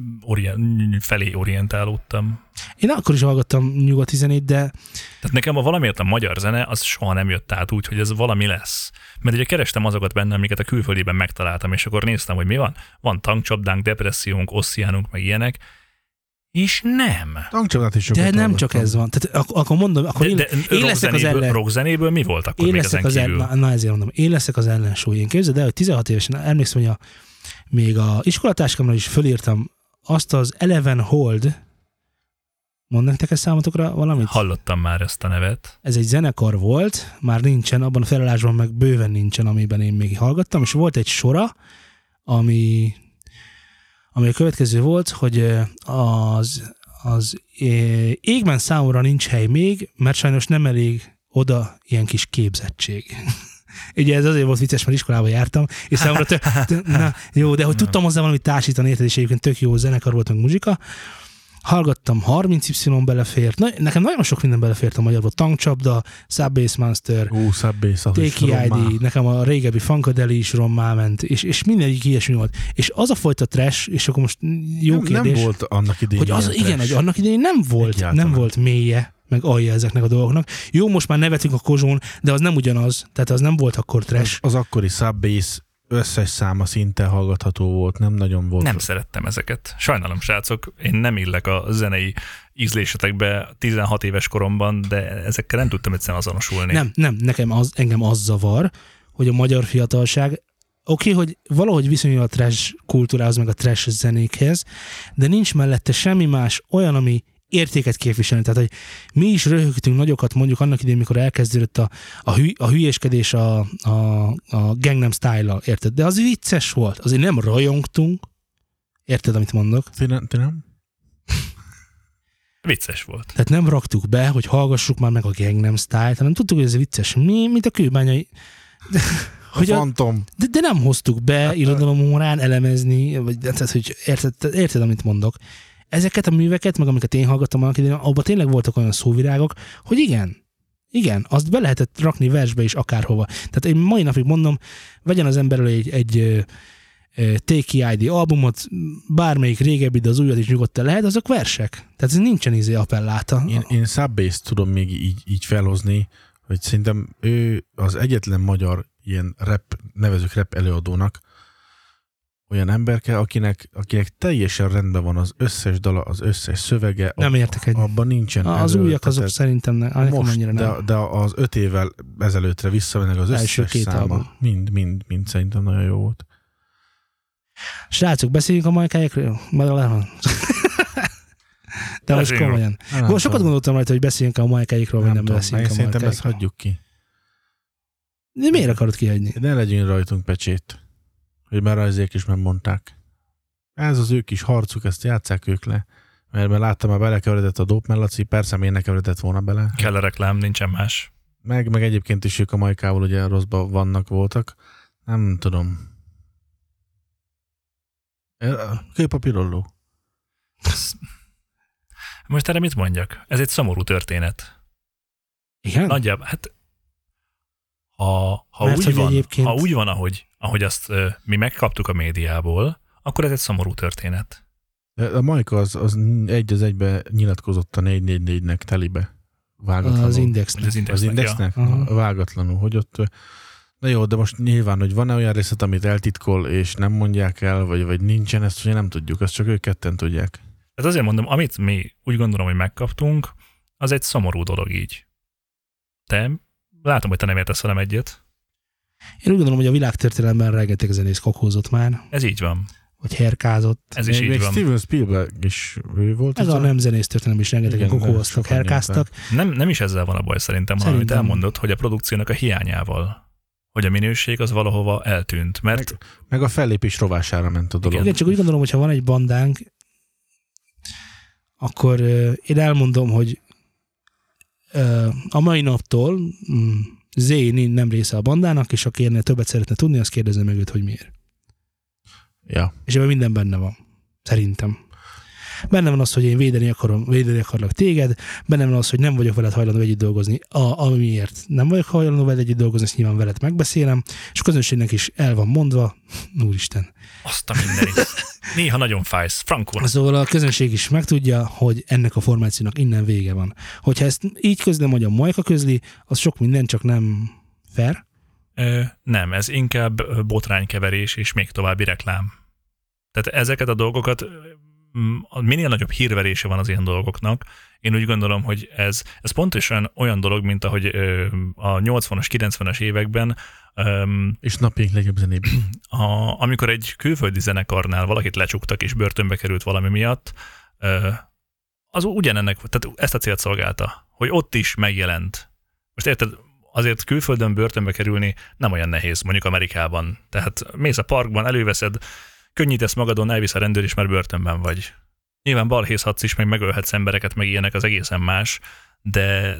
felé orientálódtam. Én akkor is hallgattam nyugati zenét, de... Tehát nekem valamiért a magyar zene, az soha nem jött át úgy, hogy ez valami lesz. Mert ugye kerestem azokat benne, amiket a külföldiben megtaláltam, és akkor néztem, hogy mi van. Van tankcsapdánk, depressziónk, ossziánunk, meg ilyenek. És nem. Tankcsapdát is sokat de nem hallgattam. csak ez van. Tehát akkor mondom, akkor én leszek az ellen. Rockzenéből mi volt akkor még ezen kívül? Na ezért mondom, én leszek az ellensúly. Én képzeld el, hogy 16 évesen emlékszem, hogy még a iskolatáskámra is fölírtam azt az Eleven Hold. Mond nektek ezt számotokra valamit? Hallottam már ezt a nevet. Ez egy zenekar volt, már nincsen, abban a felállásban meg bőven nincsen, amiben én még hallgattam, és volt egy sora, ami a következő volt, hogy az égben számomra nincs hely még, mert sajnos nem elég oda ilyen kis képzettség. Ugye ez azért volt vicces, mert iskolába jártam, és számomra jó, de hogy tudtam hozzá valamit társítani, érted, és egyébként tök jó zenekar volt, meg muzsika. Hallgattam, 30Y belefért. Nekem nagyon sok minden belefért a magyarból. Tankcsapda, Subbass Monster, Take ID, nekem a régebbi Funkadeli is rommá ment, és mindegyik ilyesmi volt. És az a fajta trash, és akkor most jó kérdés. Nem volt annak idején. Hogy az, igen, hogy annak idején nem volt mélye, meg alja ezeknek a dolgoknak. Jó, most már nevetünk a Kozsón, de az nem ugyanaz. Tehát az nem volt akkor trash. Az akkori Subbass összes száma szinte hallgatható volt, nem nagyon volt. Nem szerettem ezeket. Sajnálom, srácok, én nem illek a zenei ízlésetekbe 16 éves koromban, de ezekkel nem tudtam egyszerűen azonosulni. Nem, engem az zavar, hogy a magyar fiatalság oké, hogy valahogy viszonyul a trash kultúrához, meg a trash zenékhez, de nincs mellette semmi más olyan, ami értéket képviselni. Tehát, hogy mi is röhögtünk nagyokat, mondjuk annak idején, mikor elkezdődött a hülyéskedés a Gangnam Style-lal, érted? De az vicces volt. Azért nem rajongtunk. Érted, amit mondok? Ti nem? Vicces volt. Tehát nem raktuk be, hogy hallgassuk már meg a Gangnam Style-t, hanem tudtuk, hogy ez vicces. Mi, mint a kőbányai... Fantom. De nem hoztuk be irodalomórán elemezni, vagy, tehát, hogy érted, amit mondok. Ezeket a műveket, meg amiket én hallgattam annak idején, abban tényleg voltak olyan szóvirágok, hogy igen, azt be lehetett rakni versbe is akárhova. Tehát én mai napig mondom, vegyen az emberről egy Take ID albumot, bármelyik régebbi, de az újat is nyugodtan lehet, azok versek. Tehát ez nincsen appelláta. Én Subbass-t tudom még így felhozni, hogy szerintem ő az egyetlen magyar ilyen nevezük rap előadónak, olyan emberke, akinek teljesen rendben van az összes dala, az összes szövege. Nem értek egy. Abban nincsen az újak azok szerintem most, nem. De az 5 évvel ezelőttre visszamennek az összes száma. Mind szerintem nagyon jó volt. Srácok, beszéljünk a majkáikról? De most komolyan. Sokat gondoltam rajta, hogy beszéljünk a majkáikról, vagy nem beszéljünk a majkáikról. Szerintem ezt hagyjuk ki. De miért akarod kihagyni? Ne legyünk rajtunk pecsét. Hogy már rajzék is megmondták. Ez az ő kis harcuk, ezt játsszák ők le. Mert láttam, már belekeveredett a dópmellaci, persze miért ne keveredett volna bele. Kell a reklám, nincsen más. Meg egyébként is ők a Majkával ugye rosszban voltak. Nem tudom. Kőpapírolló. Most erre mit mondjak? Ez egy szomorú történet. Igen? Nagyjából, hát ha úgy van, ahogy azt mi megkaptuk a médiából, akkor ez egy szomorú történet. A Majka az egy az egybe nyilatkozott a 444-nek telibe. Vágatlanul. Az Indexnek. Az Indexnek vágatlanul, hogy ott Na jó, de most nyilván, hogy van-e olyan részlet, amit eltitkol, és nem mondják el, vagy nincsen, ezt ugye nem tudjuk, azt csak ők ketten tudják. Hát azért mondom, amit mi úgy gondolom, hogy megkaptunk, az egy szomorú dolog így. Te, látom, hogy te nem értesz velem egyet. Én úgy gondolom, hogy a világtörténelemben rengeteg zenész kokózott már. Ez így van. Vagy herkázott. Ez is így van. Steven Spielberg is ő volt. Ez a nem zenész történelem is rengetegen kokóztak, herkáztak. Nem is ezzel van a baj szerintem, hanem amit elmondott, hogy a produkciónak a hiányával. Hogy a minőség az valahova eltűnt. Mert... Meg a fellépés rovására ment a dolog. Igen, csak úgy gondolom, hogy ha van egy bandánk, akkor én elmondom, hogy a mai naptól Zéni nem része a bandának, és aki ennél többet szeretne tudni, azt kérdezze meg őt, hogy miért. Ja. És ebben minden benne van. Szerintem. Benne van az, hogy én védeni akarlak téged, benne van az, hogy nem vagyok veled hajlandó együtt dolgozni, amiért nem vagyok hajlandó veled együtt dolgozni, ezt nyilván veled megbeszélem, és a közönségnek is el van mondva, úristen. Azt a mindenit. Néha nagyon fájsz. Frankon. Szóval a közönség is megtudja, hogy ennek a formációnak innen vége van. Hogyha ezt így közlöm, hogy a Majka közli, az sok minden, csak nem fair? Nem, ez inkább botránykeverés és még további reklám. Tehát ezeket a dolgokat, minél nagyobb hírverése van az ilyen dolgoknak, én úgy gondolom, hogy ez pontosan olyan dolog, mint ahogy a 80-as, 90-es években és napjénk legjobb zenében. Amikor egy külföldi zenekarnál valakit lecsuktak és börtönbe került valami miatt, az ugyanennek, tehát ezt a célt szolgálta, hogy ott is megjelent. Most érted, azért külföldön börtönbe kerülni nem olyan nehéz, mondjuk Amerikában. Tehát mész a parkban, előveszed, könnyítesz magadon, elvisz a rendőr, és már börtönben vagy. Nyilván balhézhatsz is, meg megölhetsz embereket, meg ilyenek, az egészen más, de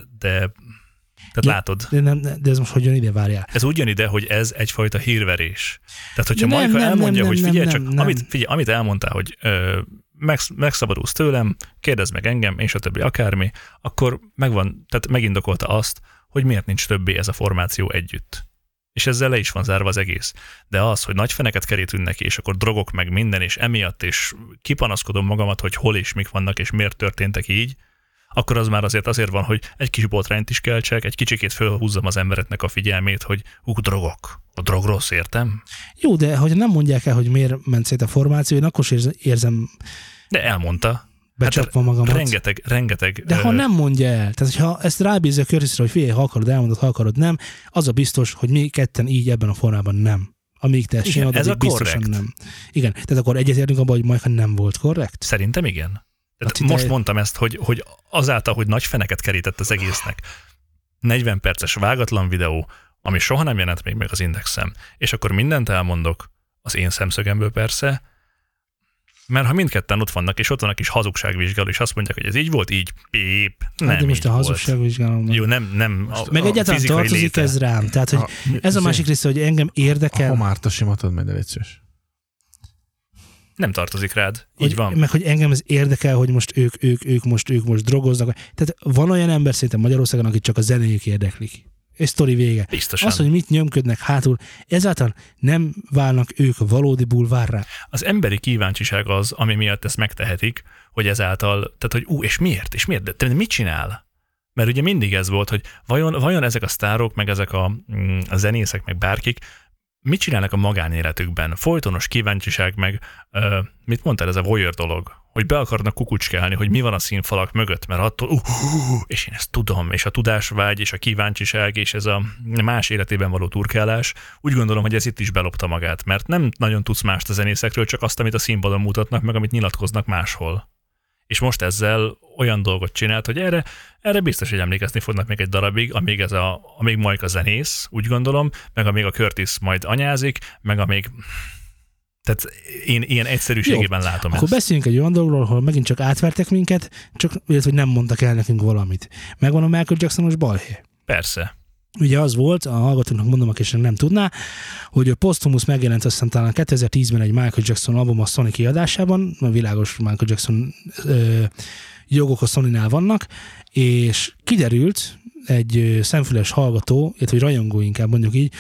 látod. De ez most hogy jön ide, várjál? Ez úgy jön ide, hogy ez egyfajta hírverés. Tehát, hogyha Majka elmondja, hogy figyelj csak, amit elmondtál, hogy megszabadulsz tőlem, kérdezd meg engem, és a többi akármi, akkor megvan, tehát megindokolta azt, hogy miért nincs többé ez a formáció együtt. És ezzel le is van zárva az egész. De az, hogy nagy feneket kerítünk neki, és akkor drogok meg minden, és emiatt, és kipanaszkodom magamat, hogy hol és mik vannak, és miért történtek így, akkor az már azért van, hogy egy kis botrányt is keltsek, egy kicsikét fölhúzzam az embereknek a figyelmét, hogy drogok. A drog rossz, értem? Jó, de hogy nem mondják el, hogy miért ment szét a formáció, én akkor érzem... De elmondta. Becsapva magamat. Rengeteg. De ha nem mondja el, tehát ha ezt rábízza a Curtisre, hogy figyelj, ha akarod, elmondod, ha akarod, nem, az a biztos, hogy mi ketten így ebben a formában nem. Amíg te ezt csinálod, addig biztosan nem. Igen, tehát akkor egyetértünk abban, hogy Majka nem volt korrekt? Szerintem igen. Most mondtam ezt, hogy azáltal, hogy nagy feneket kerített az egésznek, 40 perces vágatlan videó, ami soha nem jelent még meg az Indexen, és akkor mindent elmondok, az én szemszögemből persze, mert ha mindketten ott vannak, és ott vannak is hazugságvizsgáló, és azt mondják, hogy ez így volt, így, nem de most a hazugságvizsgálóban. Jó, nem. Meg egyáltalán tartozik léte. Ez rám. Tehát, hogy ez a másik része, hogy engem érdekel. A homártasimat ad majd elétszős. Nem tartozik rád. Így van. Meg hogy engem ez érdekel, hogy most ők most drogoznak. Tehát van olyan ember szerintem Magyarországon, akit csak a zenéjük érdeklik. És sztori vége. Biztosan. Az, hogy mit nyömködnek hátul, ezáltal nem válnak ők valódi bulvárrá. Az emberi kíváncsiság az, ami miatt ezt megtehetik, hogy ezáltal, tehát hogy és miért? De mit csinál? Mert ugye mindig ez volt, hogy vajon ezek a sztárok, meg ezek a zenészek, meg bárkik, mit csinálnak a magánéletükben? Folytonos kíváncsiság, meg mit mondtál, ez a voyeur dolog, hogy be akarnak kukucskálni, hogy mi van a színfalak mögött, mert attól, és én ezt tudom, és a tudásvágy, és a kíváncsiság, és ez a más életében való turkálás, úgy gondolom, hogy ez itt is belopta magát, mert nem nagyon tudsz mást a zenészekről, csak azt, amit a színpadon mutatnak, meg amit nyilatkoznak máshol. És most ezzel olyan dolgot csinált, hogy erre biztos, hogy emlékezni fognak még egy darabig, amíg Majka zenész, úgy gondolom, meg amíg a Curtis majd anyázik, meg amíg... Tehát én ilyen egyszerűségében látom akkor beszéljünk egy olyan dologról, ahol megint csak átvertek minket, csak illetve, hogy nem mondtak el nekünk valamit. Megvan a Michael Jacksonos balhé? Persze. Ugye az volt, a hallgatóknak mondom, aki nem tudná, hogy a Posthumous megjelent aztán talán 2010-ben egy Michael Jackson album a Sony kiadásában, a világos Michael Jackson jogok a Sonynál vannak, és kiderült egy szemfüles hallgató, illetve rajongó inkább mondjuk így,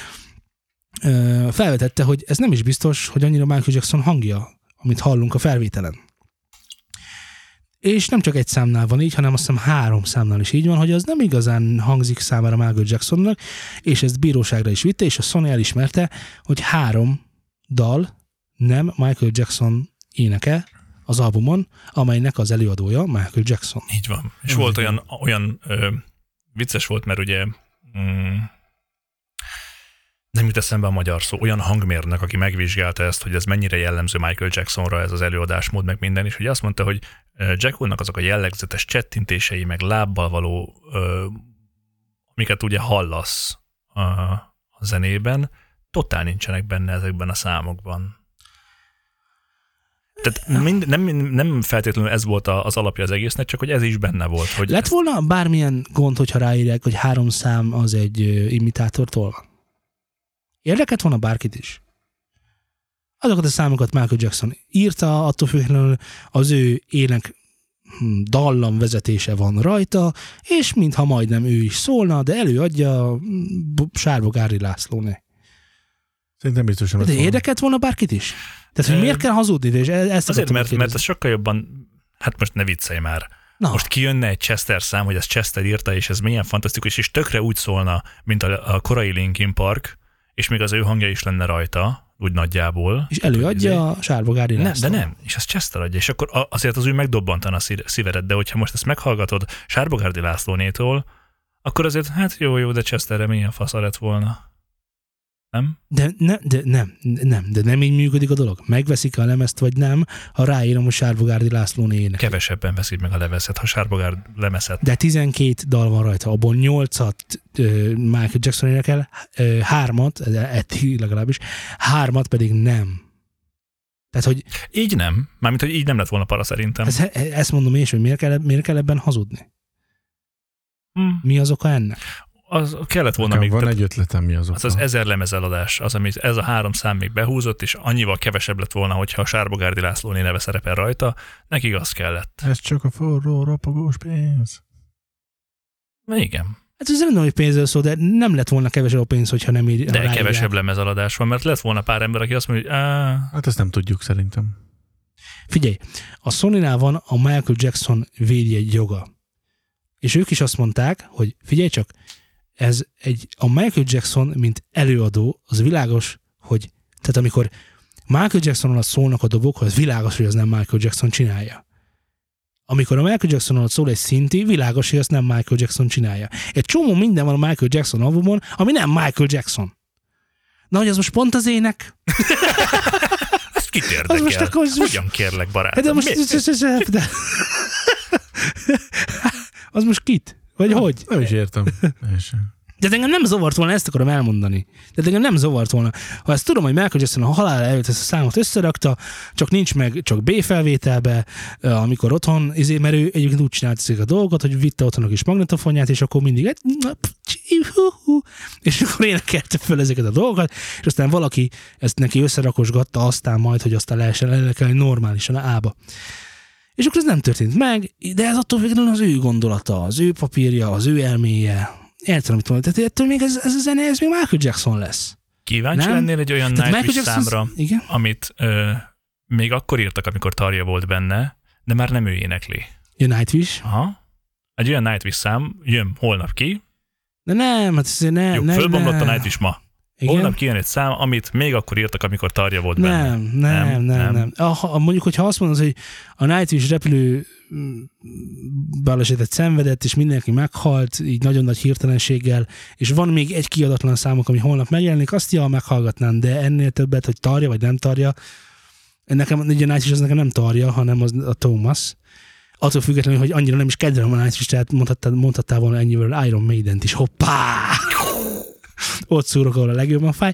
felvetette, hogy ez nem is biztos, hogy annyira Michael Jackson hangja, amit hallunk a felvételen. És nem csak egy számnál van így, hanem azt hiszem 3 számnál is így van, hogy az nem igazán hangzik számára Michael Jacksonnak, és ezt bíróságra is vitte, és a Sony elismerte, hogy 3 dal nem Michael Jackson éneke az albumon, amelynek az előadója Michael Jackson. Így van. És volt olyan vicces volt, mert ugye nem jut eszembe a magyar szó, olyan hangmérnök, aki megvizsgálta ezt, hogy ez mennyire jellemző Michael Jacksonra, ez az előadásmód, meg minden, és hogy azt mondta, hogy Jack Woolnak azok a jellegzetes csettintései, meg lábbal való, amiket ugye hallasz a zenében, totál nincsenek benne ezekben a számokban. Tehát nem feltétlenül ez volt az alapja az egésznek, csak hogy ez is benne volt. Hogy lett volna bármilyen gond, hogyha ráírják, hogy 3 szám az egy imitátortól van? Érdekelt volna bárkit is? Azokat a számokat Michael Jackson írta, attól függetlenül az ő ének dallam vezetése van rajta, és mintha majdnem ő is szólna, de előadja Sárba Gári Lászlóné. Szerintem biztosan. De érdekelt volna bárkit is? Tehát, hogy miért kell hazudni? És ezt azért, mert ez sokkal jobban, hát most ne viccelj már. Na. Most kijönne egy Chester szám, hogy ezt Chester írta, és ez milyen fantasztikus, és tökre úgy szólna, mint a korai Linkin Park, és még az ő hangja is lenne rajta, úgy nagyjából. És előadja a Sárba Gári László. De nem, és ez Chester adja, és akkor azért az ő megdobbantana a szívedet, de hogyha most ezt meghallgatod Sárba Gári Lászlónétól, akkor azért, hát jó, de Chesterre milyen fasza lett volna. Nem? De nem így működik a dolog. Megveszik a lemezt, vagy nem, ha ráírom, hogy Sárba Gári László ének. Kevesebben veszik meg a lemezet, ha Sárba Gári lemezet. De 12 dal van rajta, abból 8-at Michael Jackson énekel, 3-at, eddig legalábbis, 3-at pedig nem. Tehát, hogy... Így nem. Mármint, hogy így nem lett volna para szerintem. Ezt mondom én is, hogy miért kell ebben hazudni? Mi az oka ennek? Az kellett volna még... Van egy ötletem, mi az oka. Az 1000 lemezeladás, az, amit ez a 3 szám még behúzott, és annyival kevesebb lett volna, hogyha a Sárba Gári Lászlóné neve szerepel rajta, nekik az kellett. Ez csak a forró, ropogós pénz. Igen. Hát ez nem hogy pénzről szól, de nem lett volna kevesebb a pénz, hogyha nem ír. De kevesebb lemezaladás van, mert lett volna pár ember, aki azt mondja, hogy hát ezt nem tudjuk szerintem. Figyelj, a Sonynál van a Michael Jackson védjegy joga. És ők is azt mondták, hogy figyelj csak, a Michael Jackson, mint előadó, az világos, hogy tehát amikor Michael Jackson alatt szólnak a dobok, az világos, hogy az nem Michael Jackson csinálja. Amikor a Michael Jackson alatt szól egy szinti, világos, hogy azt nem Michael Jackson csinálja. Egy csomó minden van a Michael Jackson albumon, ami nem Michael Jackson. Na, hogy az most pont az ének? Ezt kit érdekel? Hogyan kérlek, barátom? De most... Az most kit? Vagy hogy? Nem is értem. De engem nem zavart volna, ezt akarom elmondani. De engem nem zavart volna. Ha ezt tudom, hogy Michael Jackson a halál előtt ezt a számot összerakta, csak nincs meg, csak B felvételbe, amikor otthon, mert ő egyébként úgy csinált ezeket a dolgokat, hogy vitte otthon a kis magnetofonját, és akkor mindig és akkor énekelte föl ezeket a dolgokat, és aztán valaki ezt neki összerakosgatta, aztán majd, hogy aztán lehessen énekelni normálisan a A-ba. És akkor ez nem történt meg, de ez attól végül az ő gondolata, az ő papírja, az ő elméje. Értem, amit mondod. Tehát ettől még ez a zene, ez még Michael Jackson lesz. Kíváncsi lennél egy olyan Nightwish számra, amit még akkor írtak, amikor Tarja volt benne, de már nem ő énekli. A Nightwish? Aha. Egy olyan Nightwish szám jön holnap ki. De nem, hát ez nem. Jó, fölbomlott a Nightwish ma. Igen? Holnap kijön egy szám, amit még akkor írtak, amikor Tarja volt benne. Nem. Mondjuk, hogyha azt mondod, hogy a Nightwish repülő balesetet szenvedett, és mindenki meghalt, így nagyon nagy hirtelenséggel, és van még egy kiadatlan számok, ami holnap megjelenik, azt meghallgatnám, de ennél többet, hogy Tarja vagy nem Tarja, nekem, ugye a Nightwish az nekem nem Tarja, hanem az a Thomas. Attól függetlenül, hogy annyira nem is kedvelem a Nightwish, tehát mondhattál volna ennyivel Iron Maident is, hoppá! Ott szúrok, ahol a legjobban fáj.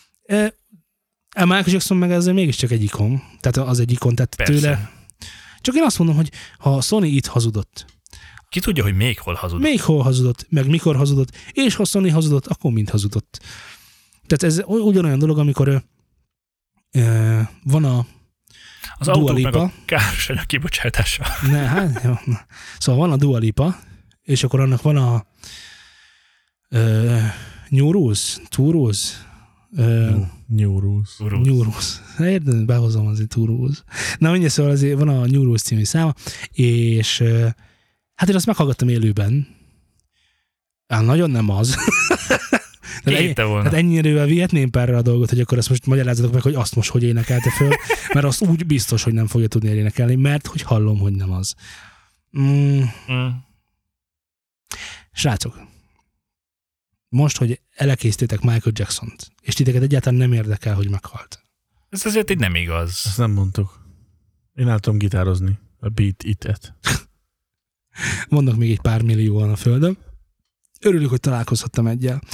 A Michael Jackson meg ezzel mégiscsak egy ikon. Tehát az egy ikon, tehát persze. Tőle. Csak én azt mondom, hogy ha a Sony itt hazudott. Ki tudja, hogy még hol hazudott? Még hol hazudott, meg mikor hazudott, és ha Sony hazudott, akkor mind hazudott. Tehát ez ugyanolyan dolog, amikor van az Dua Lipa. Meg a káros anyag kibocsátása. Hát, jó. Szóval van a Dua Lipa, és akkor annak van a New Rules, New Rules. New Rules. Érted, behozom azért Two Rules. Na mindjárt, szóval azért van a New Rules című száma, és hát én azt meghallgattam élőben. Nagyon nem az. Hát ennyire vihetném párra a dolgot, hogy akkor ezt most magyarázzatok meg, hogy azt most hogy énekelte föl, mert azt úgy biztos, hogy nem fogja tudni énekelni, mert hogy hallom, hogy nem az. Srácok, most, hogy elekészítétek Michael Jackson-t, és titeket egyáltalán nem érdekel, hogy meghalt. Ez azért így nem igaz. Ezt nem mondtuk. Én el tudom gitározni a Beat It-et. Vannak még egy pár millióan a földön. Örülök, hogy találkozhattam egyel.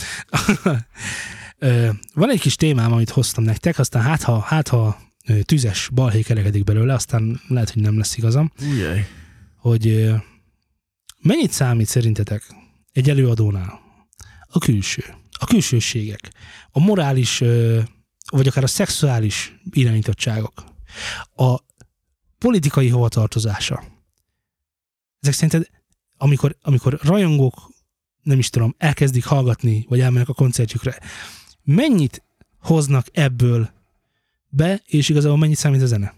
Van egy kis témám, amit hoztam nektek, aztán hát ha tüzes balhé kerekedik belőle, aztán lehet, hogy nem lesz igazam. Ujjaj. Hogy mennyit számít szerintetek egy előadónál a külsőségek, a morális, vagy akár a szexuális irányítottságok, a politikai hovatartozása. Ezek szerinted, amikor rajongók, nem is tudom, elkezdik hallgatni, vagy elmennek a koncertjükre, mennyit hoznak ebből be, és igazából mennyit számít a zene?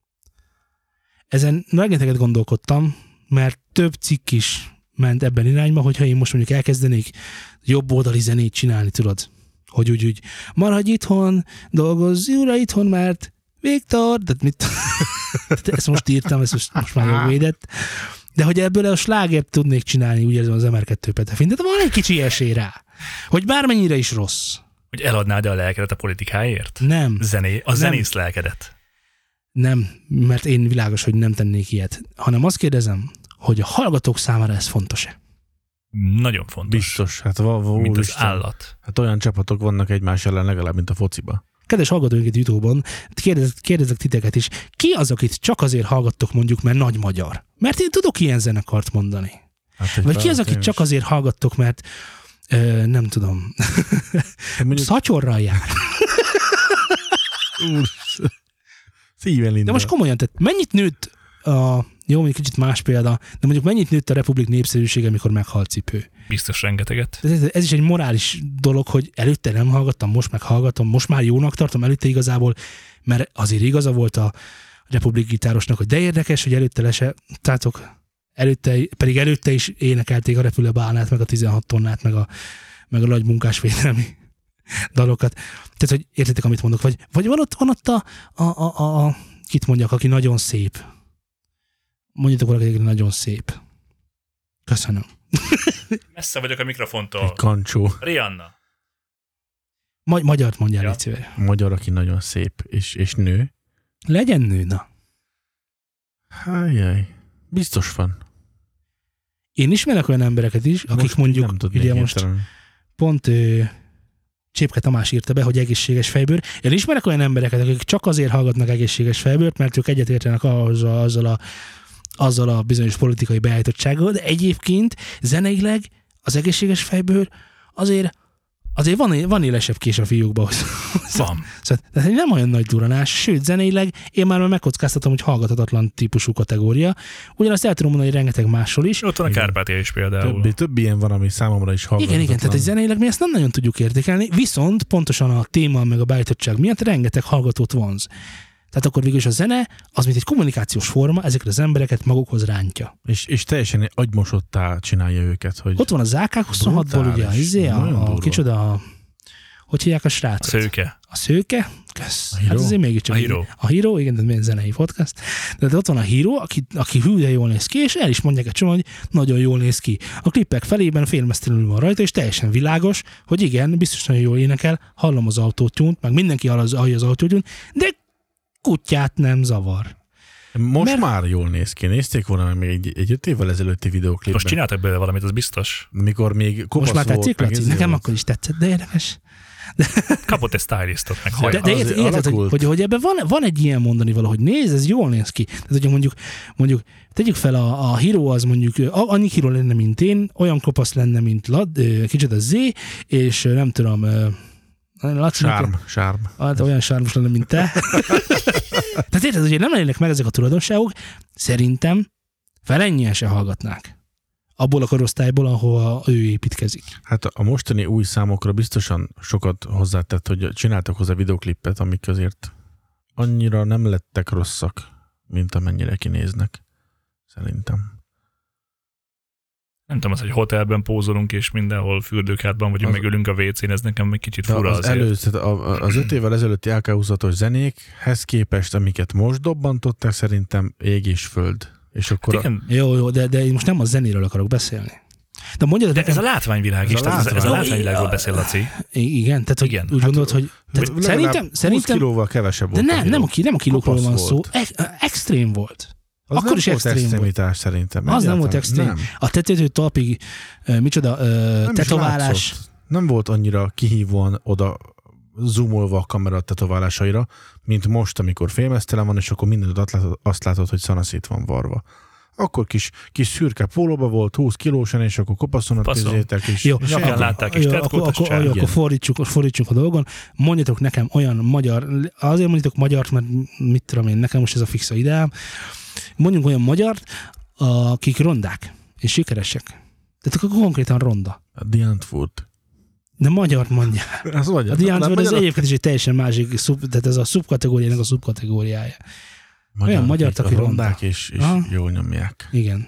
Ezen rengeteget gondolkodtam, mert több cikk is ment ebben irányba, hogyha én most mondjuk elkezdenék jobb oldali zenét csinálni, tudod? Hogy úgy maradj itthon, dolgozz újra itthon, mert Viktor, de mit? Ezt most írtam, ezt most már jogvédett. De hogy ebből a slágert tudnék csinálni, úgy érzem az MR2 Petefin, de van egy kicsi esély rá, hogy bármennyire is rossz. Hogy eladnád a lelkedet a politikáért? Nem. Zenész lelkedet? Nem, mert én világos, hogy nem tennék ilyet, hanem azt kérdezem, hogy a hallgatók számára ez fontos-e? Nagyon fontos. Biztos. Hát mint az állat. Hát olyan csapatok vannak egymás ellen legalább, mint a fociba. Kedves hallgatóink itt YouTube-on, kérdezek titeket is, ki az, akit csak azért hallgattok mondjuk, mert nagy magyar? Mert én tudok ilyen zenekart mondani. Hát, vagy ki az, akit csak azért hallgattok, mert nem tudom, szatyorral jár. Szíven de most komolyan, tehát mennyit nőtt jó, mondjuk kicsit más példa, de mondjuk mennyit nőtt a Republik népszerűsége, amikor meghalt Cipő? Biztos rengeteget. Ez is egy morális dolog, hogy előtte nem hallgattam, most meghallgatom, most már jónak tartom, előtte igazából, mert azért igaza volt a Republik gitárosnak, hogy de érdekes, hogy előtte előtte is énekelték a Repülőbálnát, meg a 16 tonnát, meg a nagy munkásvédelmi dalokat. Tehát, hogy értitek, amit mondok? Vagy van ott a kit mondjak, aki nagyon szép. Mondjatok valaki, aki nagyon szép. Köszönöm. Messze vagyok a mikrofontól. Kancsó. Rihanna. Magyart mondjál, légy szíves. Magyar, aki nagyon szép, és nő. Legyen nő, na. Hájjaj. Biztos van. Én ismerek olyan embereket is, akik most mondjuk, ugye most pont Csépke Tamás írta be, hogy egészséges fejbőr. Én ismerek olyan embereket, akik csak azért hallgatnak egészséges fejbőrt, mert ők egyetértenek azzal a bizonyos politikai beállítottsággal, de egyébként zeneileg az egészséges fejbőr azért van élesebb kés a fiúkba. Van. Tehát nem olyan nagy duranás, sőt, zeneileg én már megkockáztatom, hogy hallgathatatlan típusú kategória. Ugyanazt el tudom mondani, hogy rengeteg másról is. Ott van a Kárpátia is például. Több ilyen van, ami számomra is hallgathatatlan. Igen, tehát egy zeneileg mi ezt nem nagyon tudjuk értékelni, viszont pontosan a téma meg a beállítottság miatt rengeteg hallgatót vonz. Tehát akkor végül is a zene, az mint egy kommunikációs forma, ezekre az embereket magukhoz rántja. És teljesen agymosottá csinálja őket. Hogy ott van az AK-26-ból ugye, hogy hívják a srácot? A Szőke? Kösz. Hát azért mégiscsak. A Hero, igen, de milyen zenei podcast. De ott van a Hero, aki hülye jól néz ki, és el is mondják egy csomó, hogy nagyon jól néz ki. A klippek felében félmeztelenül van rajta, és teljesen világos, hogy igen, biztos nagyon jól énekel, hallom az autótyúnt, meg mindenki hallja az autótyúnt, de kutyát nem zavar. Most már jól néz ki. Nézték volna még egy 5 évvel ezelőtti videóklipben. Most csináltak belőle valamit, az biztos. Mikor még kopasz most már tetszik, volt. Nekem akkor is tetszett, de érdekes. Kapott egy stylistot meg. De érted, hogy ebben van egy ilyen mondani való, hogy nézd, ez jól néz ki. Tehát, hogyha mondjuk tegyük fel a Hero az mondjuk, annyi Hero lenne, mint én, olyan kopasz lenne, mint kicsit a Z, és nem tudom, Sárm. Hát olyan sármos lenne, mint te. Tehát érted, hogy nem lennének meg ezek a tulajdonságok, szerintem fel ennyien se hallgatnák. abból a korosztályból, ahova ő építkezik. Hát a mostani új számokra biztosan sokat hozzátett, hogy csináltak hozzá videoklippet, amik azért annyira nem lettek rosszak, mint amennyire kinéznek. Szerintem. Nem tudom, az, hogy hotelben pózolunk, és mindenhol fürdőkádban vagyunk, megülünk a WC-n, ez nekem egy kicsit fura azért. Az 5 évvel ezelőtti AK-20-as zenékhez képest, amiket most dobbantották, szerintem ég és föld. És akkor hát Jó, de én most nem a zenéről akarok beszélni. De mondjad, de ez a látványvilág is, ez a látványvilágról beszél, Laci. Igen, tehát hogy igen. úgy gondolod, hogy szerintem 20 kilóval kevesebb volt. De nem a kilókról van szó. Extrém volt. Az akkor nem is volt extrémitás szerintem. Az nem volt extrém. Nem. A tetőtől talpig tetoválás. Nem volt annyira kihívóan oda zoomolva a kamera tetoválásaira, mint most, amikor félmeztelen van, és akkor mindent azt látod, hogy szanaszét van varva. Akkor kis szürke pólóba volt, 20 kilósan, és akkor kopaszonat kézzétek is. Jó, nyakán látták is, akkor fordítsunk a dolgon. Mondjatok nekem olyan magyar, azért mondjatok magyart, mert mit tudom én, nekem most ez a fixa ideám. Mondjunk olyan magyart, akik rondák, és sikeresek. Tehát akkor konkrétan ronda. A Diantfurt. De magyar mondja. Az magyar. A Diantfurt az egyébként is egy teljesen másik, tehát ez a szubkategóriának a szubkategóriája. Olyan magyart, aki rondák és jól nyomják. Igen.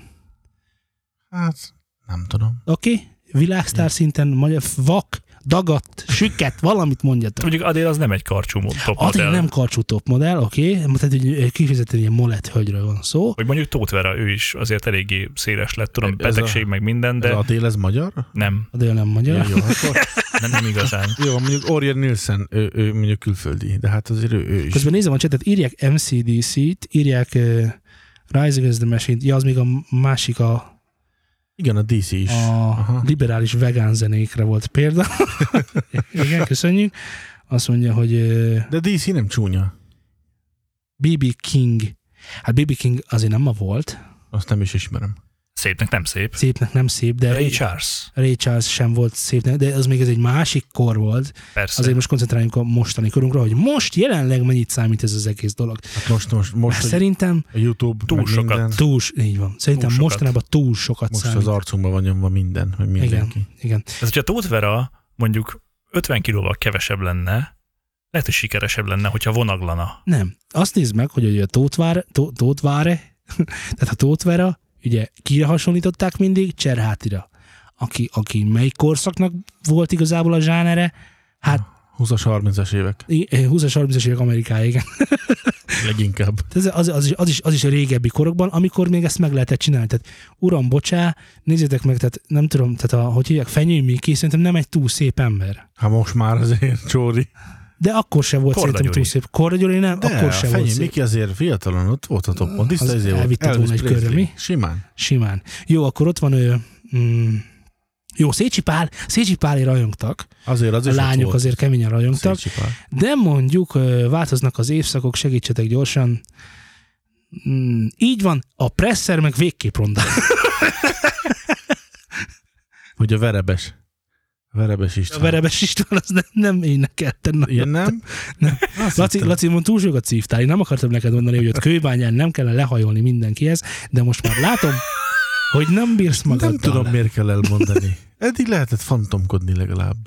Hát, nem tudom. Oké, világsztár szinten magyar, vak, dagadt, süket, valamit mondjatok. Mondjuk Adél az nem egy karcsú topmodell. Adél nem karcsú topmodell, oké. Tehát egy kifejezetten ilyen molett hölgyről van szó. Vagy mondjuk Tóth Vera, ő is azért eléggé széles lett, tudom, betegség meg minden, de... Ez Adél, ez magyar? Nem. Adél nem magyar. Ja, jó, akkor... nem igazán. Jó, mondjuk Orjan Nilsen, ő mondjuk külföldi, de hát azért ő is. Közben nézem a csetet, írják MCDC-t, írják Rise Against the Machine-t, ja, az még a másik igen, a DC is. A liberális vegán zenékre volt példa. Igen, köszönjük. Azt mondja, hogy... De DC nem csúnya. B.B. King. Hát B.B. King azért nem ma volt. Azt nem is ismerem. Szépnek nem szép. Szépnek nem szép, de... Ray Charles. Ray Charles sem volt szép, de az még ez egy másik kor volt. Persze. Azért most koncentráljunk a mostani korunkra, hogy most jelenleg mennyit számít ez az egész dolog. Hát most szerintem a YouTube túl sokat. Így van. Szerintem mostanában túl sokat most számít. Az arcunkban van nyomva minden, hogy mindenki. Igen. Ez, hogyha Tóth Vera mondjuk 50 kilóval kevesebb lenne, lehet, hogy sikeresebb lenne, hogyha vonaglana. Nem. Azt nézd meg, hogy a Tóth Váre, tehát a Tóth Vera, ugye kire hasonlították mindig? Cserhátira. Aki melyik korszaknak volt igazából a zsánere? Hát 20-as, 30-as évek. 20-as, 30-as évek Amerikáig, igen. Leginkább. Az is a régebbi korokban, amikor még ezt meg lehetett csinálni. Tehát uram, bocsá, nézzétek meg, tehát nem tudom, tehát hogy hívják, Fenyő Miki, szerintem nem egy túl szép ember. Hát most már azért, Csóri. De akkor se volt Korda szerintem túl szép. Korda Gyuri nem, de akkor se volt szép. Miki azért fiatalon ott volt a toppon. Tiszta izé volt. Elvitted volna egy körre, mi? Simán. Jó, akkor ott van ő... Jó, Szécsi Pálé rajongtak. Azért a lányok azért keményen rajongtak. De mondjuk változnak az évszakok, segítsetek gyorsan. Így van, a Presser meg végképp ronda. Hogy a Verebes. Verebes István. A Verebes István, az nem énekelten. Ilyen nem? Laci, mond túl sokat szívtál. Én nem akartam neked mondani, hogy ott Kőbányán nem kell lehajolni mindenkihez, de most már látom, hogy nem bírsz magaddal. Nem tudom, miért kell elmondani. Eddig lehetett fantomkodni legalább.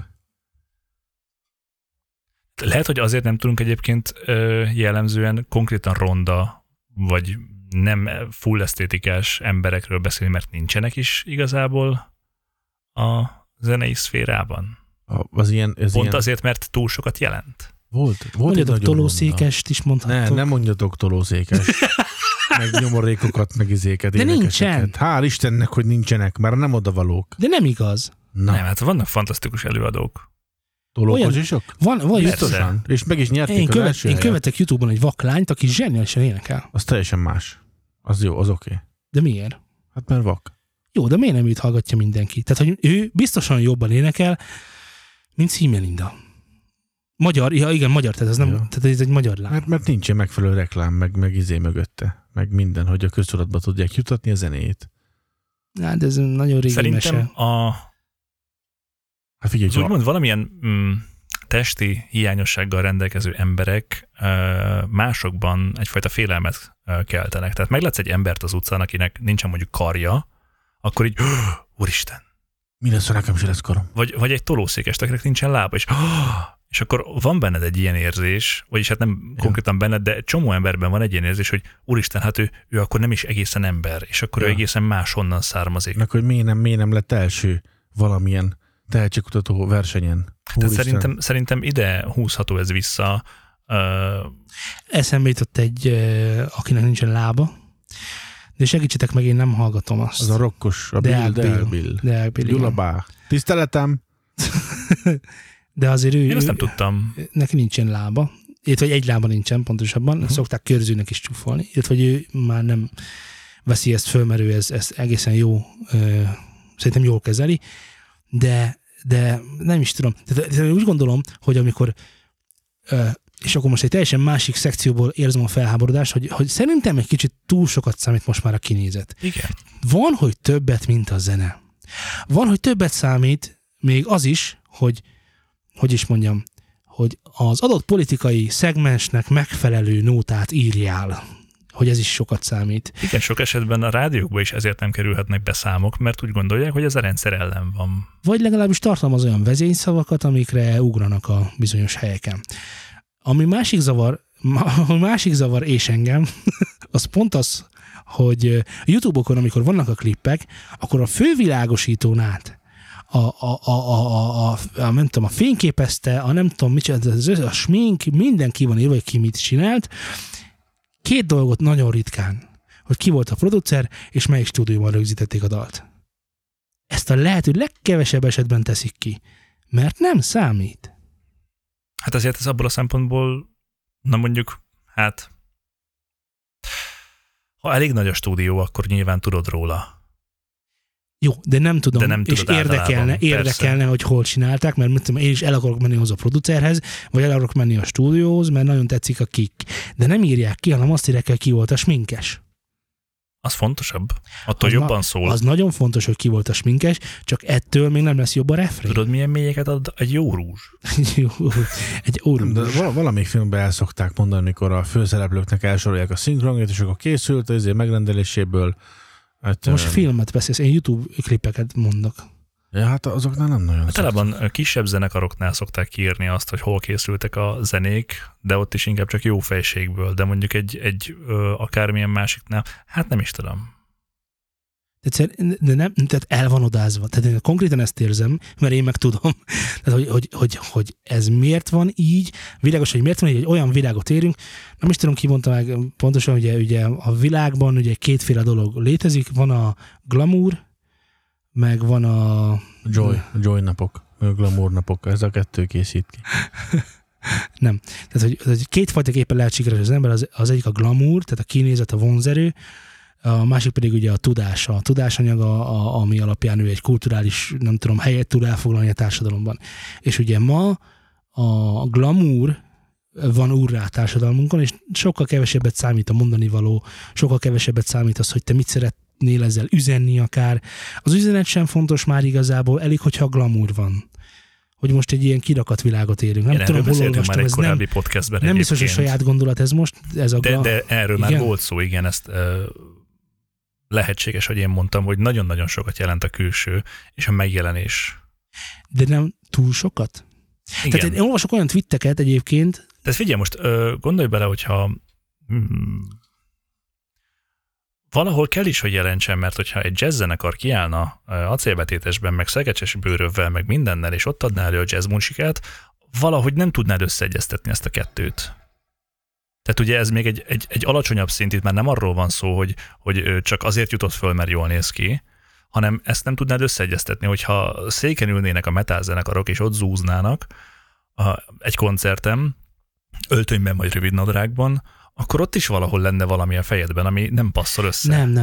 Lehet, hogy azért nem tudunk egyébként jellemzően konkrétan ronda, vagy nem full esztétikás emberekről beszélni, mert nincsenek is igazából a zenei szférában. Pont azért, mert túl sokat jelent. Volt mondjatok tolószékest is mondhatok. Nem mondjatok tolószékest. Meg nyomorékokat, meg izéket. De nincsen. Hál' Istennek, hogy nincsenek, már nem odavalók. De nem igaz. Na. Nem, hát vannak fantasztikus előadók. Tolókozsisok? Van biztosan. És meg is nyerték az első helyet. Én követek YouTube-on egy vaklányt, aki zseniálisan énekel. Az teljesen más. Az jó, az oké. De miért? Hát mert vak. Jó, de miért nem őt hallgatja mindenki? Tehát, hogy ő biztosan jobban énekel, mint Szímelinda. Magyar, ja igen, magyar, tehát ez egy magyar lány. Mert nincsen megfelelő reklám, meg izé mögötte, meg minden, hogy a köztudatba tudják jutatni a zenét. Hát ez nagyon régi szerintem mese. Hát figyelj, úgymond valamilyen testi hiányossággal rendelkező emberek másokban egyfajta félelmet keltenek. Tehát meglátsz egy embert az utcán, akinek nincsen mondjuk karja, akkor így, úristen. Mi lesz, ha nekem is lesz karom? Vagy egy tolószékes, akinek nincsen lába, és akkor van benned egy ilyen érzés, vagyis hát nem konkrétan benned, de csomó emberben van egy ilyen érzés, hogy úristen, hát ő akkor nem is egészen ember, és akkor ő egészen máshonnan származik. Meg, hogy miért nem lett első valamilyen tehetségkutató versenyen. Tehát szerintem ide húzható ez vissza. Eszembe jutott egy, akinek nincsen lába, de segítsetek meg, én nem hallgatom azt. Az a rokkos, a Bill. Gyulabá. Tiszteletem! De azért én azt nem tudtam. Neki nincsen lába. Illetve egy lába nincsen, pontosabban. Szokták körzőnek is csúfolni. Illetve, hogy ő már nem veszi ezt föl, mert ő ezt egészen jó, szerintem jól kezeli. De nem is tudom. De úgy gondolom, hogy amikor és akkor most egy teljesen másik szekcióból érzem a felháborodást, hogy szerintem egy kicsit túl sokat számít most már a kinézet. Igen. Van, hogy többet, mint a zene. Van, hogy többet számít még az is, hogy is mondjam, hogy az adott politikai szegmensnek megfelelő nótát írjál, hogy ez is sokat számít. Igen, sok esetben a rádiókban is ezért nem kerülhetnek be számok, mert úgy gondolják, hogy ez a rendszer ellen van. Vagy legalábbis tartalmaz olyan vezényszavakat, amikre ugranak a bizonyos helyeken. Ami másik zavar és engem, az pont az, hogy a YouTube-okon, amikor vannak a klippek, akkor a fővilágosítón át nem tudom, a fényképezte, a nem tudom micsoda, a smink, mindenki van írva, hogy ki mit csinált. Két dolgot nagyon ritkán, hogy ki volt a producer, és melyik stúdióban rögzítették a dalt. Ezt a lehető legkevesebb esetben teszik ki, mert nem számít. Hát azért ez abból a szempontból, na mondjuk, hát ha elég nagy a stúdió, akkor nyilván tudod róla. Jó, de nem tudom, de nem és érdekelne, hogy hol csinálták, mert mit tudom, én is el akarok menni hozzá a producerhez, vagy el akarok menni a stúdióhoz, mert nagyon tetszik a kick. De nem írják ki, hanem azt írják, hogy ki volt a sminkes. Az fontosabb. Attól jobban szól. Az nagyon fontos, hogy ki volt a sminkes, csak ettől még nem lesz jobb a refrén. Tudod, milyen mélyeket ad egy jó rúzs? Egy jó rúzs. De valamelyik filmben el szokták mondani, amikor a főszereplőknek elsorolják a szinkronját, és akkor készült az megrendeléséből. Hát, most filmet beszélsz, én YouTube klipeket mondok. Ja, hát azoknál nem nagyon. Általában kisebb zenekaroknál szokták kiírni azt, hogy hol készültek a zenék, de ott is inkább csak jó fejségből, de mondjuk egy akármilyen másiknál, hát nem is tudom. De nem, tehát el van odázva. Tehát én konkrétan ezt érzem, mert én meg tudom, tehát, hogy ez miért van így, világos, hogy miért van így, egy olyan világot érünk, nem is tudom, ki mondta meg pontosan, ugye a világban ugye kétféle dolog létezik, van a glamour, meg van a... Joy napok, glamour napok, ez a kettő készít ki. Nem. Tehát, hogy kétfajtaképpen lehet sikeres az ember, az egyik a glamour, tehát a kinézet, a vonzerő, a másik pedig ugye a tudás, a tudásanyaga, ami alapján ő egy kulturális, nem tudom, helyet tud elfoglalni a társadalomban. És ugye ma a glamour van úrrá a társadalmunkon, és sokkal kevesebbet számít a mondani való, sokkal kevesebbet számít az, hogy te mit szeretnél ezzel üzenni akár. Az üzenet sem fontos már igazából, elég, hogyha glamour van. Hogy most egy ilyen kirakat világot érünk. Nem tudom, hol olvastam, ez nem biztos, hogy saját gondolat ez most. Ez de erről igen? Már volt szó, igen, ezt lehetséges, hogy én mondtam, hogy nagyon-nagyon sokat jelent a külső és a megjelenés. De nem túl sokat? Igen. Tehát én olvasok olyan twitteket egyébként. Tehát figyelj, most gondolj bele, hogyha valahol kell is, hogy jelentsen, mert hogyha egy jazzzenekar kiállna acélbetétesben, meg szegecses bőrövvel, meg mindennel, és ott adná elő a jazz musikát, valahogy nem tudnád összeegyeztetni ezt a kettőt. Tehát ugye ez még egy alacsonyabb szint, itt már nem arról van szó, hogy csak azért jutott föl, mert jól néz ki, hanem ezt nem tudnád összeegyeztetni, hogyha széken ülnének a metal zenekarok, és ott zúznának egy koncerten, öltönyben vagy rövidnadrágban, akkor ott is valahol lenne valami a fejedben, ami nem passzol össze. Nem.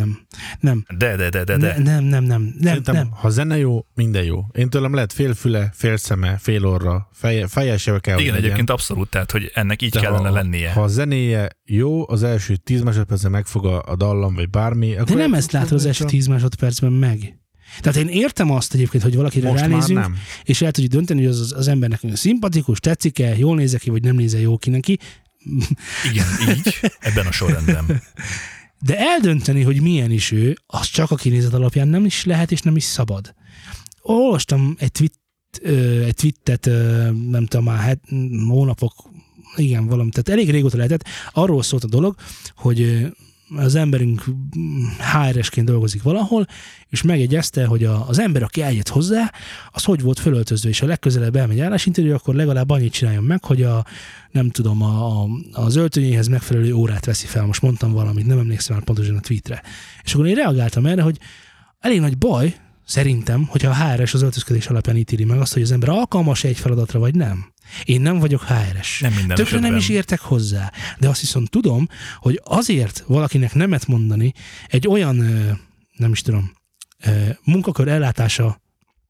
De. Nem. Ha zene jó, minden jó. Én tőlem lehet fél füle, fél szeme, fél orra, feje se kell. Igen, egyébként abszolút, tehát, hogy ennek így kellene lennie. Ha a zenéje jó, az első 10 másodpercben megfog a dallam, vagy bármi. De nem ezt látod az első 10 másodpercben meg. Tehát én értem azt egyébként, hogy valakire ránézünk, és el tudjuk dönteni, hogy az embernek szimpatikus, tetszik-e, jól nézze ki, vagy nem nézze jó ki neki. Igen, így, ebben a sorrendben. De eldönteni, hogy milyen is ő, az csak a kinézet alapján nem is lehet, és nem is szabad. Olvastam egy tweetet, nem tudom, már hónapok, igen, valami, tehát elég régóta lehetett, arról szólt a dolog, hogy az emberünk HR-esként dolgozik valahol, és megjegyezte, hogy az ember, aki eljött hozzá, az hogy volt fölöltözve, és ha legközelebb elmegy állásinterjú, akkor legalább annyit csináljon meg, hogy az öltönyéhez megfelelő órát veszi fel. Most mondtam valamit, nem emlékszem már pontosan a tweetre. És akkor én reagáltam erre, hogy elég nagy baj, szerintem, hogyha a HR-es az öltözködés alapján ítéli meg azt, hogy az ember alkalmas egy feladatra, vagy nem. Én nem vagyok HR-es. Tökre nem is értek hozzá. De azt viszont tudom, hogy azért valakinek nemet mondani egy olyan, nem is tudom, munkakör ellátása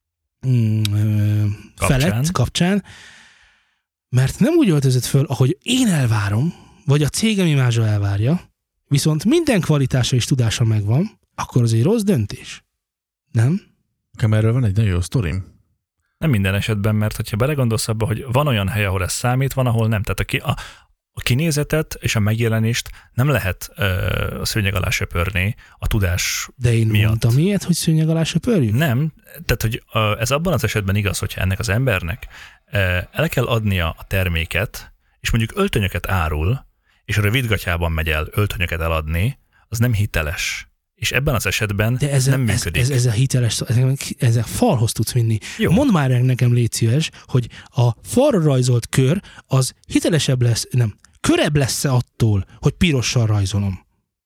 kapcsán, mert nem úgy öltözött föl, ahogy én elvárom, vagy a cégem imázsa elvárja, viszont minden kvalitása és tudása megvan, akkor az egy rossz döntés. Nem? Erről van egy nagyon jó sztorim. Nem minden esetben, mert hogyha belegondolsz abba, hogy van olyan hely, ahol ez számít, van, ahol nem. Tehát a kinézetet és a megjelenést nem lehet a szőnyeg alá söpörni a tudás De én miatt. mondtam ilyet, hogy szőnyeg alá söpörjük? Nem, tehát hogy ez abban az esetben igaz, hogyha ennek az embernek el kell adnia a terméket, és mondjuk öltönyöket árul, és a rövidgatjában megy el öltönyöket eladni, az nem hiteles. És ebben az esetben nem működik. Ez a hiteles, ezzel falhoz tudsz vinni. Jó. Mondd már nekem, légy szíves, hogy a falra rajzolt kör az hitelesebb lesz, nem, körebb lesz-e attól, hogy pirossal rajzolom?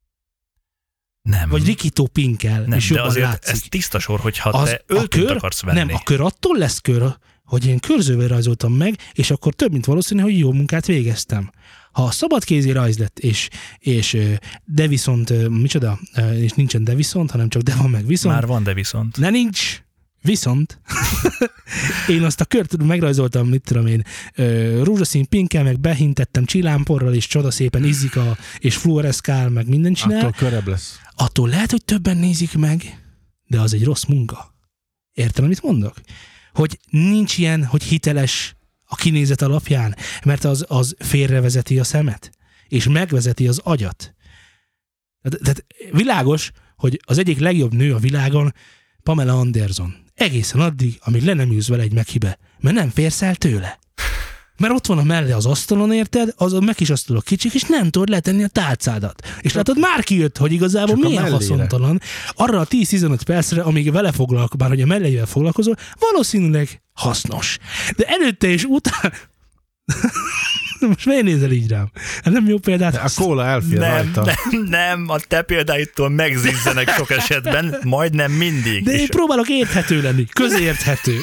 Nem. Vagy rikító pinkkel, nem, és de jobban azért látszik. ez tiszta sor, hogyha te öltönyt akarsz venni. Nem, a kör attól lesz kör, hogy én körzővel rajzoltam meg, és akkor több, mint valószínű, hogy jó munkát végeztem. Ha a szabadkézi rajz lett, és de viszont, micsoda, és nincsen de viszont, hanem csak de van meg viszont. Már van de viszont. Ne nincs, viszont. Én azt a kört megrajzoltam, mit tudom én, rózsaszín pinkkel, meg behintettem csillámporral, és csodaszépen izzik és fluoreszkál, meg mindent csinál. Attól körebb lesz. Attól lehet, hogy többen nézik meg, de az egy rossz munka. Érted, amit mondok? Hogy nincs ilyen, hogy hiteles a kinézet alapján, mert az félrevezeti a szemet, és megvezeti az agyat. Tehát világos, hogy az egyik legjobb nő a világon Pamela Anderson. Egészen addig, amíg le nem ülsz vele egy meghibe, mert nem férsz el tőle. Mert ott van a melle az asztalon, érted, az meg is asztalok kicsik, és nem tudod letenni a tálcádat. És látod, már kijött, hogy igazából milyen haszontalan. Arra a 10-15 percre, amíg vele foglalkozol, bár hogy a melleivel foglalkozol, valószínűleg hasznos. De előtte és utána... Most miért nézel így rám? Hát nem jó példát? A kóla elfér rajta. Nem, a te példáitól megzizzenek sok esetben, majdnem mindig. De én próbálok érthető lenni, közérthető.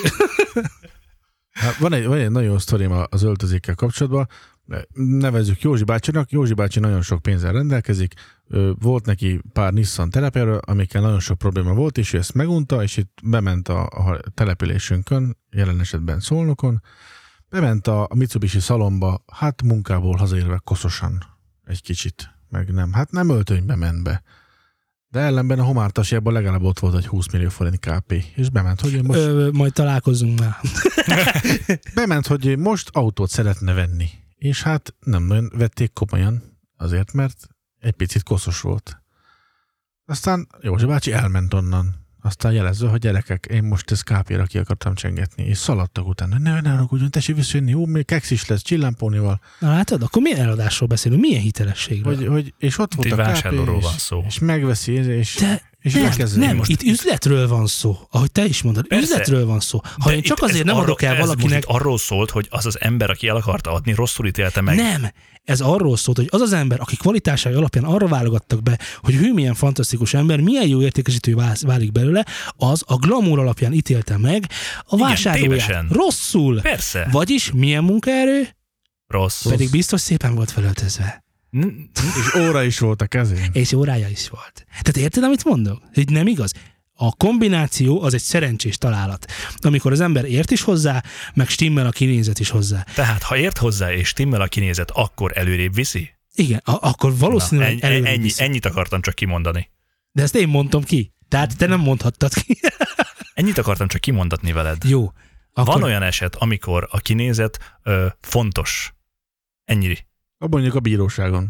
Hát van egy nagyon jó sztorim az öltözékkel kapcsolatban. Nevezzük Józsi bácsinak. Józsi bácsi nagyon sok pénzzel rendelkezik. Volt neki pár Nissan telepjáról, amikkel nagyon sok probléma volt, és ő ezt megunta, és itt bement a településünkön, jelen esetben Szolnokon, bement a Mitsubishi szalomba, hát munkából hazaérve koszosan egy kicsit, meg nem. Hát nem öltönybe ment be. De ellenben a homártasiában legalább ott volt egy 20 millió forint KP, és bement, hogy most... majd találkozunk már. Bement, hogy most autót szeretne venni. És hát nem nagyon vették komolyan, azért, mert egy picit koszos volt. Aztán Józsi bácsi elment onnan. Aztán jelezve, hogy gyerekek, én most ezt KP-ra ki akartam csengetni, és szaladtak utána. Ne ragudjon, tessék visszajönni, jó, még keks is lesz, csillámpónival. Na látod, akkor milyen eladásról beszélünk, milyen hitelességről? És ott volt a KP, van szó. és megveszi, és nem, most itt üzletről van szó, ahogy te is mondod, persze, üzletről van szó. Ha én csak azért nem adok el valakinek... Ez arról szólt, hogy az az ember, aki el akarta adni, rosszul ítélte meg. Nem, ez arról szólt, hogy az az ember, aki kvalitásai alapján arra válogattak be, hogy hű, milyen fantasztikus ember, milyen jó értékesítő válik belőle, az a glamour alapján ítélte meg a vásárlóját. Rosszul. Persze. Vagyis milyen munkaerő? Rossz. Pedig biztos szépen volt felöltözve. És óra is volt a kezén. És órája is volt. Tehát érted, amit mondok? Hogy nem igaz? A kombináció az egy szerencsés találat. Amikor az ember ért is hozzá, meg stimmel a kinézet is hozzá. Tehát, ha ért hozzá és stimmel a kinézet, akkor előrébb viszi? Igen, akkor valószínűleg előrébb viszi. Ennyit akartam csak kimondani. De ezt én mondtam ki. Tehát te nem mondhattad ki. Ennyit akartam csak kimondatni veled. Jó. Akkor... Van olyan eset, amikor a kinézet fontos. Ennyi. Mondjuk a bíróságon.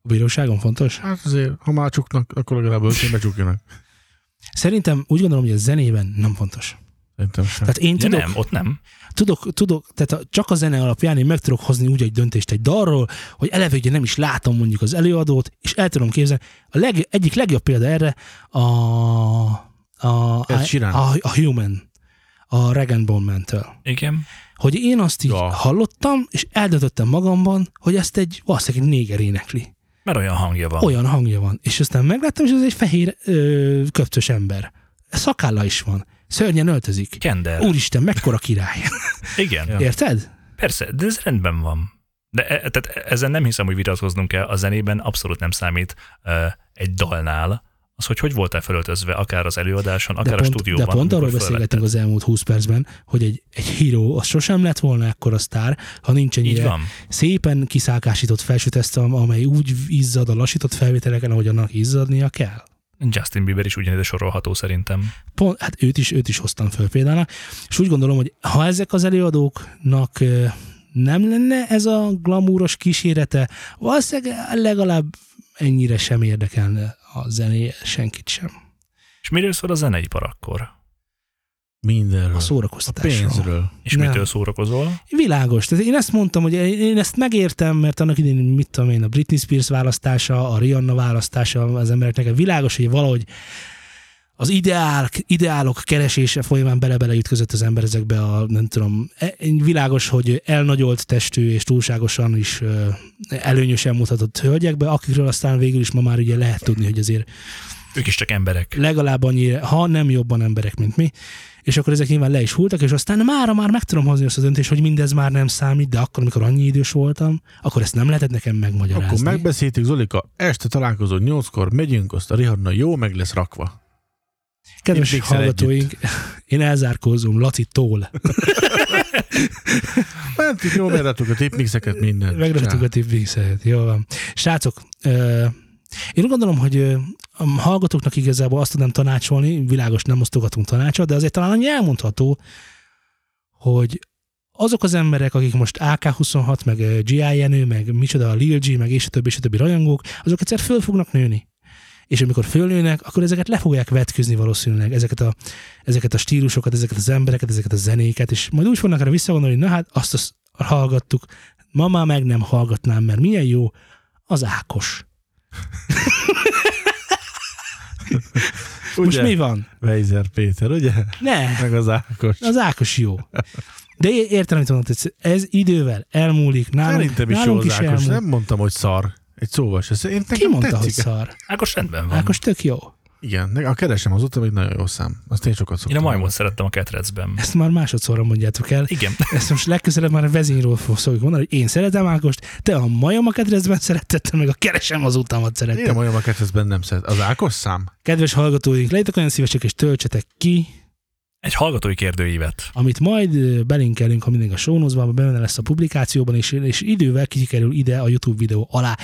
A bíróságon fontos? Hát azért, ha már csuknak, akkor legalább őként csukjanak. Szerintem úgy gondolom, hogy a zenében nem fontos. Szerintem sem. Tehát én tudok, nem, ott nem. Tudok, tehát csak a zene alapján én meg tudok hozni úgy egy döntést egy dalról, hogy eleve ugye nem is látom mondjuk az előadót, és el tudom képzelni. Egyik legjobb példa erre a Human, a Rag & Bone Man-től. Igen. Hogy én azt így hallottam, és eldöntöttem magamban, hogy ezt valószínűleg egy néger énekli. Mert olyan hangja van. Olyan hangja van. És aztán megláttam, és ez egy fehér köpcös ember. Szakálla is van. Szörnyen öltözik. Kender. Úristen, mekkora király. Igen. Ja. Érted? Persze, de ez rendben van. De tehát ezen nem hiszem, hogy vitatkoznunk kell. A zenében abszolút nem számít egy dalnál az, hogy voltál felöltözve, akár az előadáson, akár a stúdióban. De pont arról beszélgetünk az elmúlt 20 percben, hogy egy híró, az sosem lett volna ekkora sztár, ha nincs ennyire szépen kiszálkásított felsőtesztem, amely úgy izzad a lassított felvételeken, ahogy annak izzadnia kell. Justin Bieber is ugyanide sorolható szerintem. Hát őt is hoztam föl például. És úgy gondolom, hogy ha ezek az előadóknak nem lenne ez a glamúros kísérete, valószínűleg legalább ennyire sem érdekelne a zené senkit sem. És miről szól a zeneipar akkor? Mindenről. A szórakoztatásról. A pénzről. És mitől szórakozol? Világos. Tehát én ezt mondtam, hogy én ezt megértem, mert annak idején, mit tudom én, a Britney Spears választása, a Rihanna választása az embereknek világos, hogy valahogy az ideálok keresése folyamán bele ütközött az ember ezekbe a, nem tudom, világos, hogy elnagyolt testű és túlságosan is előnyösen mutatott hölgyekbe, akikről aztán végül is ma már ugye lehet tudni, hogy azért ők is csak emberek. Legalább annyira, ha nem jobban emberek, mint mi. És akkor ezek nyilván le is hultak, és aztán már meg tudom hozni azt a döntést, hogy mindez már nem számít, de akkor, amikor annyi idős voltam, akkor ezt nem lehetett nekem megmagyarázni. Akkor megbeszéltük, Zolika, este találkozó 8-kor, megyünk, azt a Rihanna jó meg lesz rakva. Kedves hallgatóink, én elzárkózom Laci-tól. Mentünk, jól megraktuk a tipmixeket, minden. Megraktuk a tipmixeket, jól van. Srácok, én úgy gondolom, hogy a hallgatóknak igazából azt tudnám tanácsolni, világos, nem osztogatunk tanácsot, de azért talán annyi elmondható, hogy azok az emberek, akik most AK-26, meg G.I. Jenő, meg micsoda a Lil G, meg és a többi rajongók, azok egyszer föl fognak nőni. És amikor fölnőnek, akkor ezeket le fogják vetközni valószínűleg, ezeket a stílusokat, ezeket az embereket, ezeket a zenéket, és majd úgy fognak erre visszagondolni, hogy na hát azt hallgattuk, ma már meg nem hallgatnám, mert milyen jó az Ákos. Most mi van? Weiser Péter, ugye? Ne. Meg az Ákos. Az Ákos jó. De értem, amit mondod, ez idővel elmúlik. Szerintem is jó az Ákos. Elmúlik. Nem mondtam, hogy szar. Egy szóval se. Ki mondta, hogy szar? Ákos rendben van. Ákos tök jó. Igen, a Keresem az utam egy nagyon jó szám. Azt én sokat szoktam. Én a Majmot szerettem a Ketrecben. Ezt már másodszorra mondjátok el. Igen. Ezt most legközelebb már a vezényről fogjuk mondani, hogy én szeretem Ákost, te a Majom a Ketrecben szeretted, meg a Keresem az utamat szeretted. Én a Majom a Ketrecben nem szeret. Az Ákos szám? Kedves hallgatóink, legyetek olyan szívesek és töltsetek ki egy hallgatói kérdőívet, amit majd belinkelünk, ha mindig a show notes-ban, benne lesz a publikációban, és idővel kikerül ide a YouTube videó alá.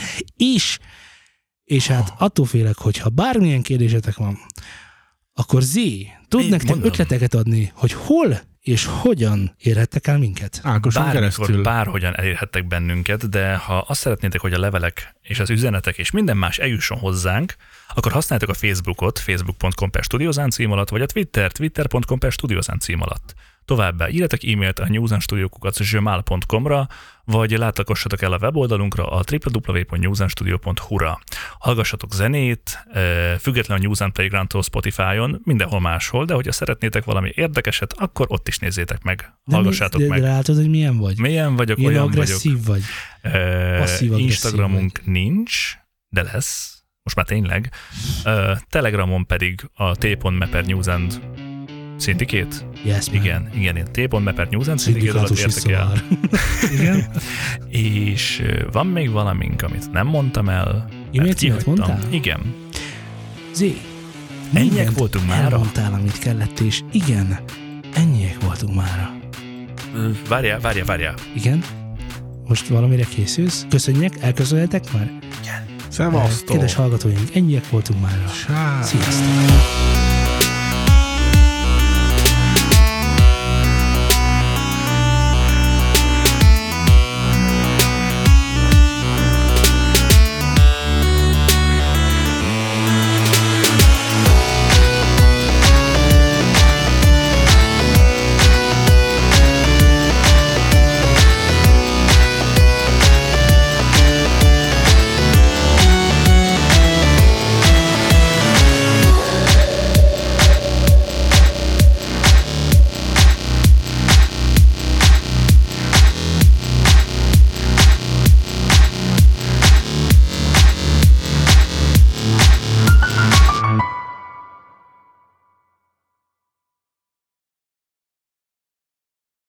És hát attól félek, hogy ha bármilyen kérdésetek van, akkor tud nektek ötleteket adni, hogy hol és hogyan érhettek el minket? Ákoson keresztül. Bárhogyan elérhettek bennünket, de ha azt szeretnétek, hogy a levelek és az üzenetek és minden más eljusson hozzánk, akkor használjátok a Facebookot, facebook.com/studiozán cím alatt, vagy a Twittert, twitter.com/studiozán cím alatt. Továbbá írjatok e-mailt a newsandstudio@gmail.com-ra, vagy látogassatok el a weboldalunkra a www.newsandstudio.hu-ra. Hallgassatok zenét, független a News and Playground-tól Spotify-on, mindenhol máshol, de hogyha szeretnétek valami érdekeset, akkor ott is nézzétek meg, hallgassátok meg. De látod, hogy milyen vagy? Milyen vagyok, ilyen olyan agresszív vagyok. Passzív Instagramunk vagy. nincs, de lesz. Most már tényleg. Telegramon pedig a t.me/newsand Syndicate? Yes, igen, t.me/newsand Syndicate alatt értek el. Igen. És van még valamink, amit nem mondtam el. E-mail címet mondtál? Igen. Ennyiek voltunk mára? Elmondtál, amit kellett, és igen, ennyiek voltunk mára. Várjál. Igen? Most valamire készülsz? Köszönjek? Elköszönhetek már? Igen. Szevasztok! Kedves hallgatóink, ennyiek voltunk mára. Sziasztok!